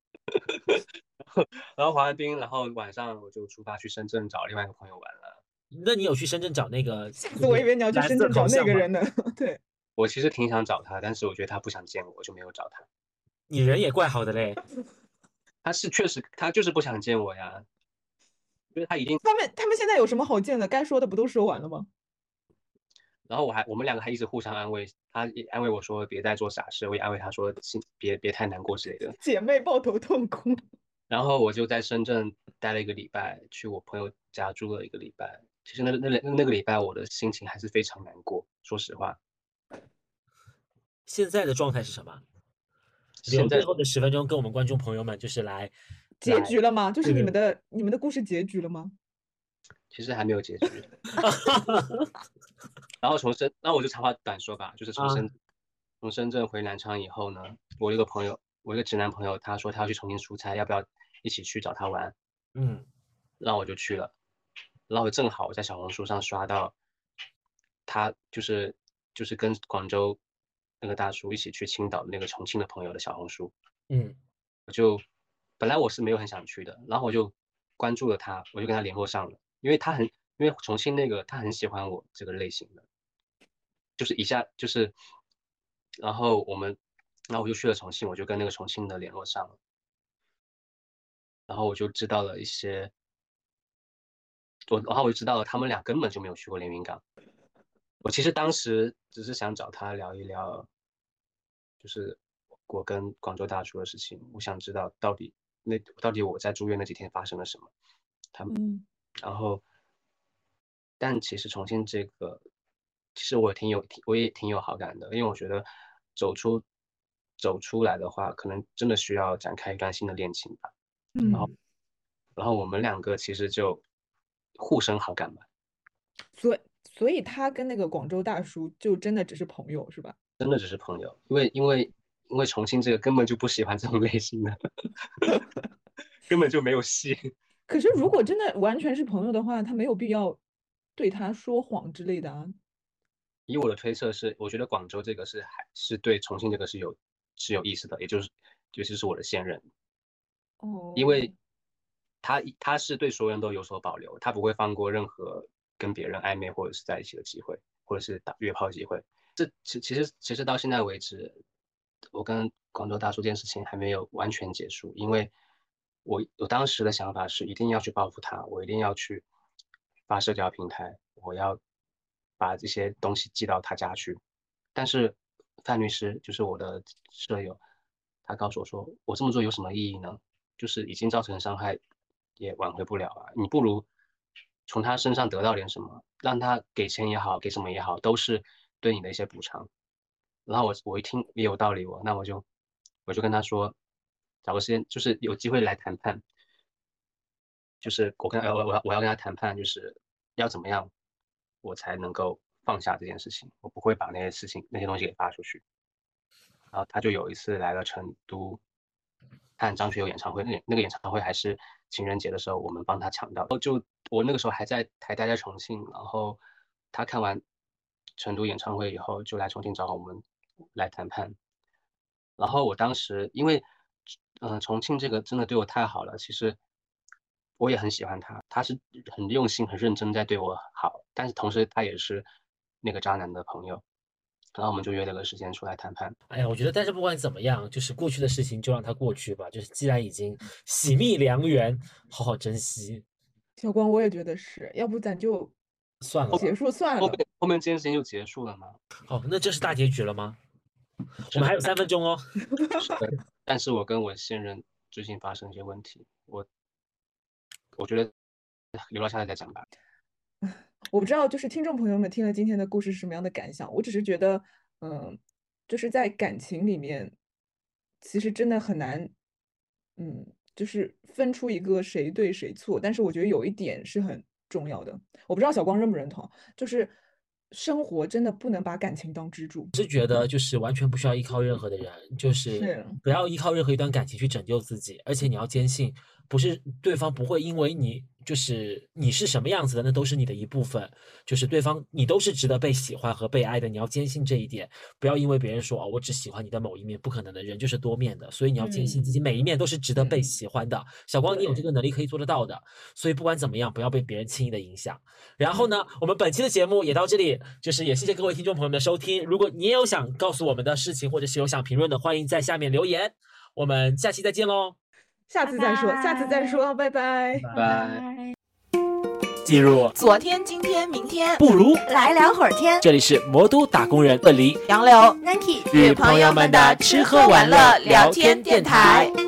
Speaker 5: 然后滑完冰，然后晚上我就出发去深圳找另外一个朋友玩了。
Speaker 1: 那你有去深圳找那个？
Speaker 3: 下次我以为你要去深圳找那个人呢。对，
Speaker 5: 我其实挺想找他，但是我觉得他不想见我，我就没有找他。
Speaker 1: 你人也怪好的嘞。
Speaker 5: 他是确实，他就是不想见我呀。因为他已经，
Speaker 3: 他们他们现在有什么好见的？该说的不都说完了吗？
Speaker 5: 然后我还我们两个还一直互相安慰，他也安慰我说别再做傻事，我也安慰他说别别太难过之类的。
Speaker 3: 姐妹抱头痛哭。
Speaker 5: 然后我就在深圳待了一个礼拜，去我朋友家住了一个礼拜。其实那那那个礼拜我的心情还是非常难过，说实话。
Speaker 1: 现在的状态是什么？留最后的十分钟跟我们观众朋友们就是来
Speaker 3: 结局了吗？就是你们的你们的故事结局了吗？
Speaker 5: 其实还没有结局。然后从深，那我就长话短说吧，就是从深、啊、从深圳回南昌以后呢，我有个朋友， 我一个直男朋友，他说他要去重庆出差，要不要一起去找他玩？
Speaker 1: 嗯，
Speaker 5: 然后我就去了，然后正好我在小红书上刷到他就是就是跟广州那个大叔一起去青岛那个重庆的朋友的小红书，
Speaker 1: 嗯，
Speaker 5: 我就本来我是没有很想去的，然后我就关注了他，我就跟他联络上了，因为他很因为重庆那个他很喜欢我这个类型的，就是一下就是，然后我们，然后我就去了重庆，我就跟那个重庆的联络上了，然后我就知道了一些，我然后我就知道了他们俩根本就没有去过连云港。我其实当时只是想找他聊一聊，就是我跟广州大叔的事情，我想知道到底那到底我在住院那几天发生了什么。他们，
Speaker 3: 嗯
Speaker 5: 然后，但其实重庆这个，其实我挺有挺我也挺有好感的，因为我觉得走出走出来的话，可能真的需要展开一段新的恋情吧。然后，
Speaker 3: 嗯，
Speaker 5: 然后我们两个其实就互生好感吧。
Speaker 3: 所以所以他跟那个广州大叔就真的只是朋友是吧？
Speaker 5: 真的只是朋友，因为因为因为重庆这个根本就不喜欢这种类型的，根本就没有戏。
Speaker 3: 可是如果真的完全是朋友的话，他没有必要对他说谎之类的啊。
Speaker 5: 以我的推测是，我觉得广州这个是还是对重庆这个是有是有意思的，也就是尤其是我的现任，因
Speaker 3: 哦，
Speaker 5: 为他他是对所有人都有所保留，他不会放过任何跟别人暧昧或者是在一起的机会，或者是打约炮机会。这其其实其实到现在为止，我跟广州大叔这件事情还没有完全结束，因为我我当时的想法是一定要去报复他，我一定要去发社交平台，我要把这些东西寄到他家去。但是范律师就是我的舍友，他告诉我说，我这么做有什么意义呢？就是已经造成伤害，也挽回不了啊。你不如从他身上得到点什么，让他给钱也好，给什么也好，都是对你的一些补偿。然后我我一听也有道理哦，那我就我就跟他说，找个时间，就是有机会来谈判，就是我跟我我要我要跟他谈判，就是要怎么样我才能够放下这件事情，我不会把那些事情那些东西给发出去。然后他就有一次来了成都看张学友演唱会，那个那个演唱会还是情人节的时候，我们帮他抢到。然后就我那个时候还在还待在重庆，然后他看完成都演唱会以后，就来重庆找我们来谈判。然后我当时因为，嗯、呃，重庆这个真的对我太好了，其实我也很喜欢他，他是很用心、很认真在对我好，但是同时他也是那个渣男的朋友。然后我们就约了个时间出来谈判。
Speaker 1: 哎呀，我觉得，但是不管怎么样，就是过去的事情就让它过去吧。就是既然已经喜蜜良缘，好好珍惜。
Speaker 3: 小光，我也觉得是，要不咱就
Speaker 1: 算了吧。
Speaker 3: 结束算了。
Speaker 5: 后面后面这件事情就结束了吗？
Speaker 1: 好，那这是大结局了吗？我们还有三分钟哦。
Speaker 5: 是的，但是我跟我现任最近发生一些问题，我我觉得留到下来再讲吧。
Speaker 3: 我不知道，就是听众朋友们听了今天的故事是什么样的感想。我只是觉得，嗯，就是在感情里面，其实真的很难，嗯，就是分出一个谁对谁错。但是我觉得有一点是很重要的，我不知道小光认不认同，就是生活真的不能把感情当支柱。
Speaker 1: 是觉得就是完全不需要依靠任何的人，就是
Speaker 3: 是
Speaker 1: 不要依靠任何一段感情去拯救自己，而且你要坚信，不是对方不会因为你就是你是什么样子的，那都是你的一部分，就是对方你都是值得被喜欢和被爱的，你要坚信这一点，不要因为别人说哦我只喜欢你的某一面，不可能的，人就是多面的，所以你要坚信自己每一面都是值得被喜欢的。小光，你有这个能力可以做得到的，所以不管怎么样，不要被别人轻易的影响。然后呢，我们本期的节目也到这里，就是也谢谢各位听众朋友们的收听。如果你也有想告诉我们的事情，或者是有想评论的，欢迎在下面留言。我们下期再见喽，
Speaker 3: 下次再说，下次再说，拜拜。
Speaker 5: 拜拜。
Speaker 1: 进入
Speaker 2: 昨天、今天、明天，
Speaker 1: 不如
Speaker 2: 来聊会儿天。
Speaker 1: 这里是魔都打工人问离
Speaker 2: 杨柳、Nike
Speaker 1: 与朋友们的吃喝玩乐聊天电台。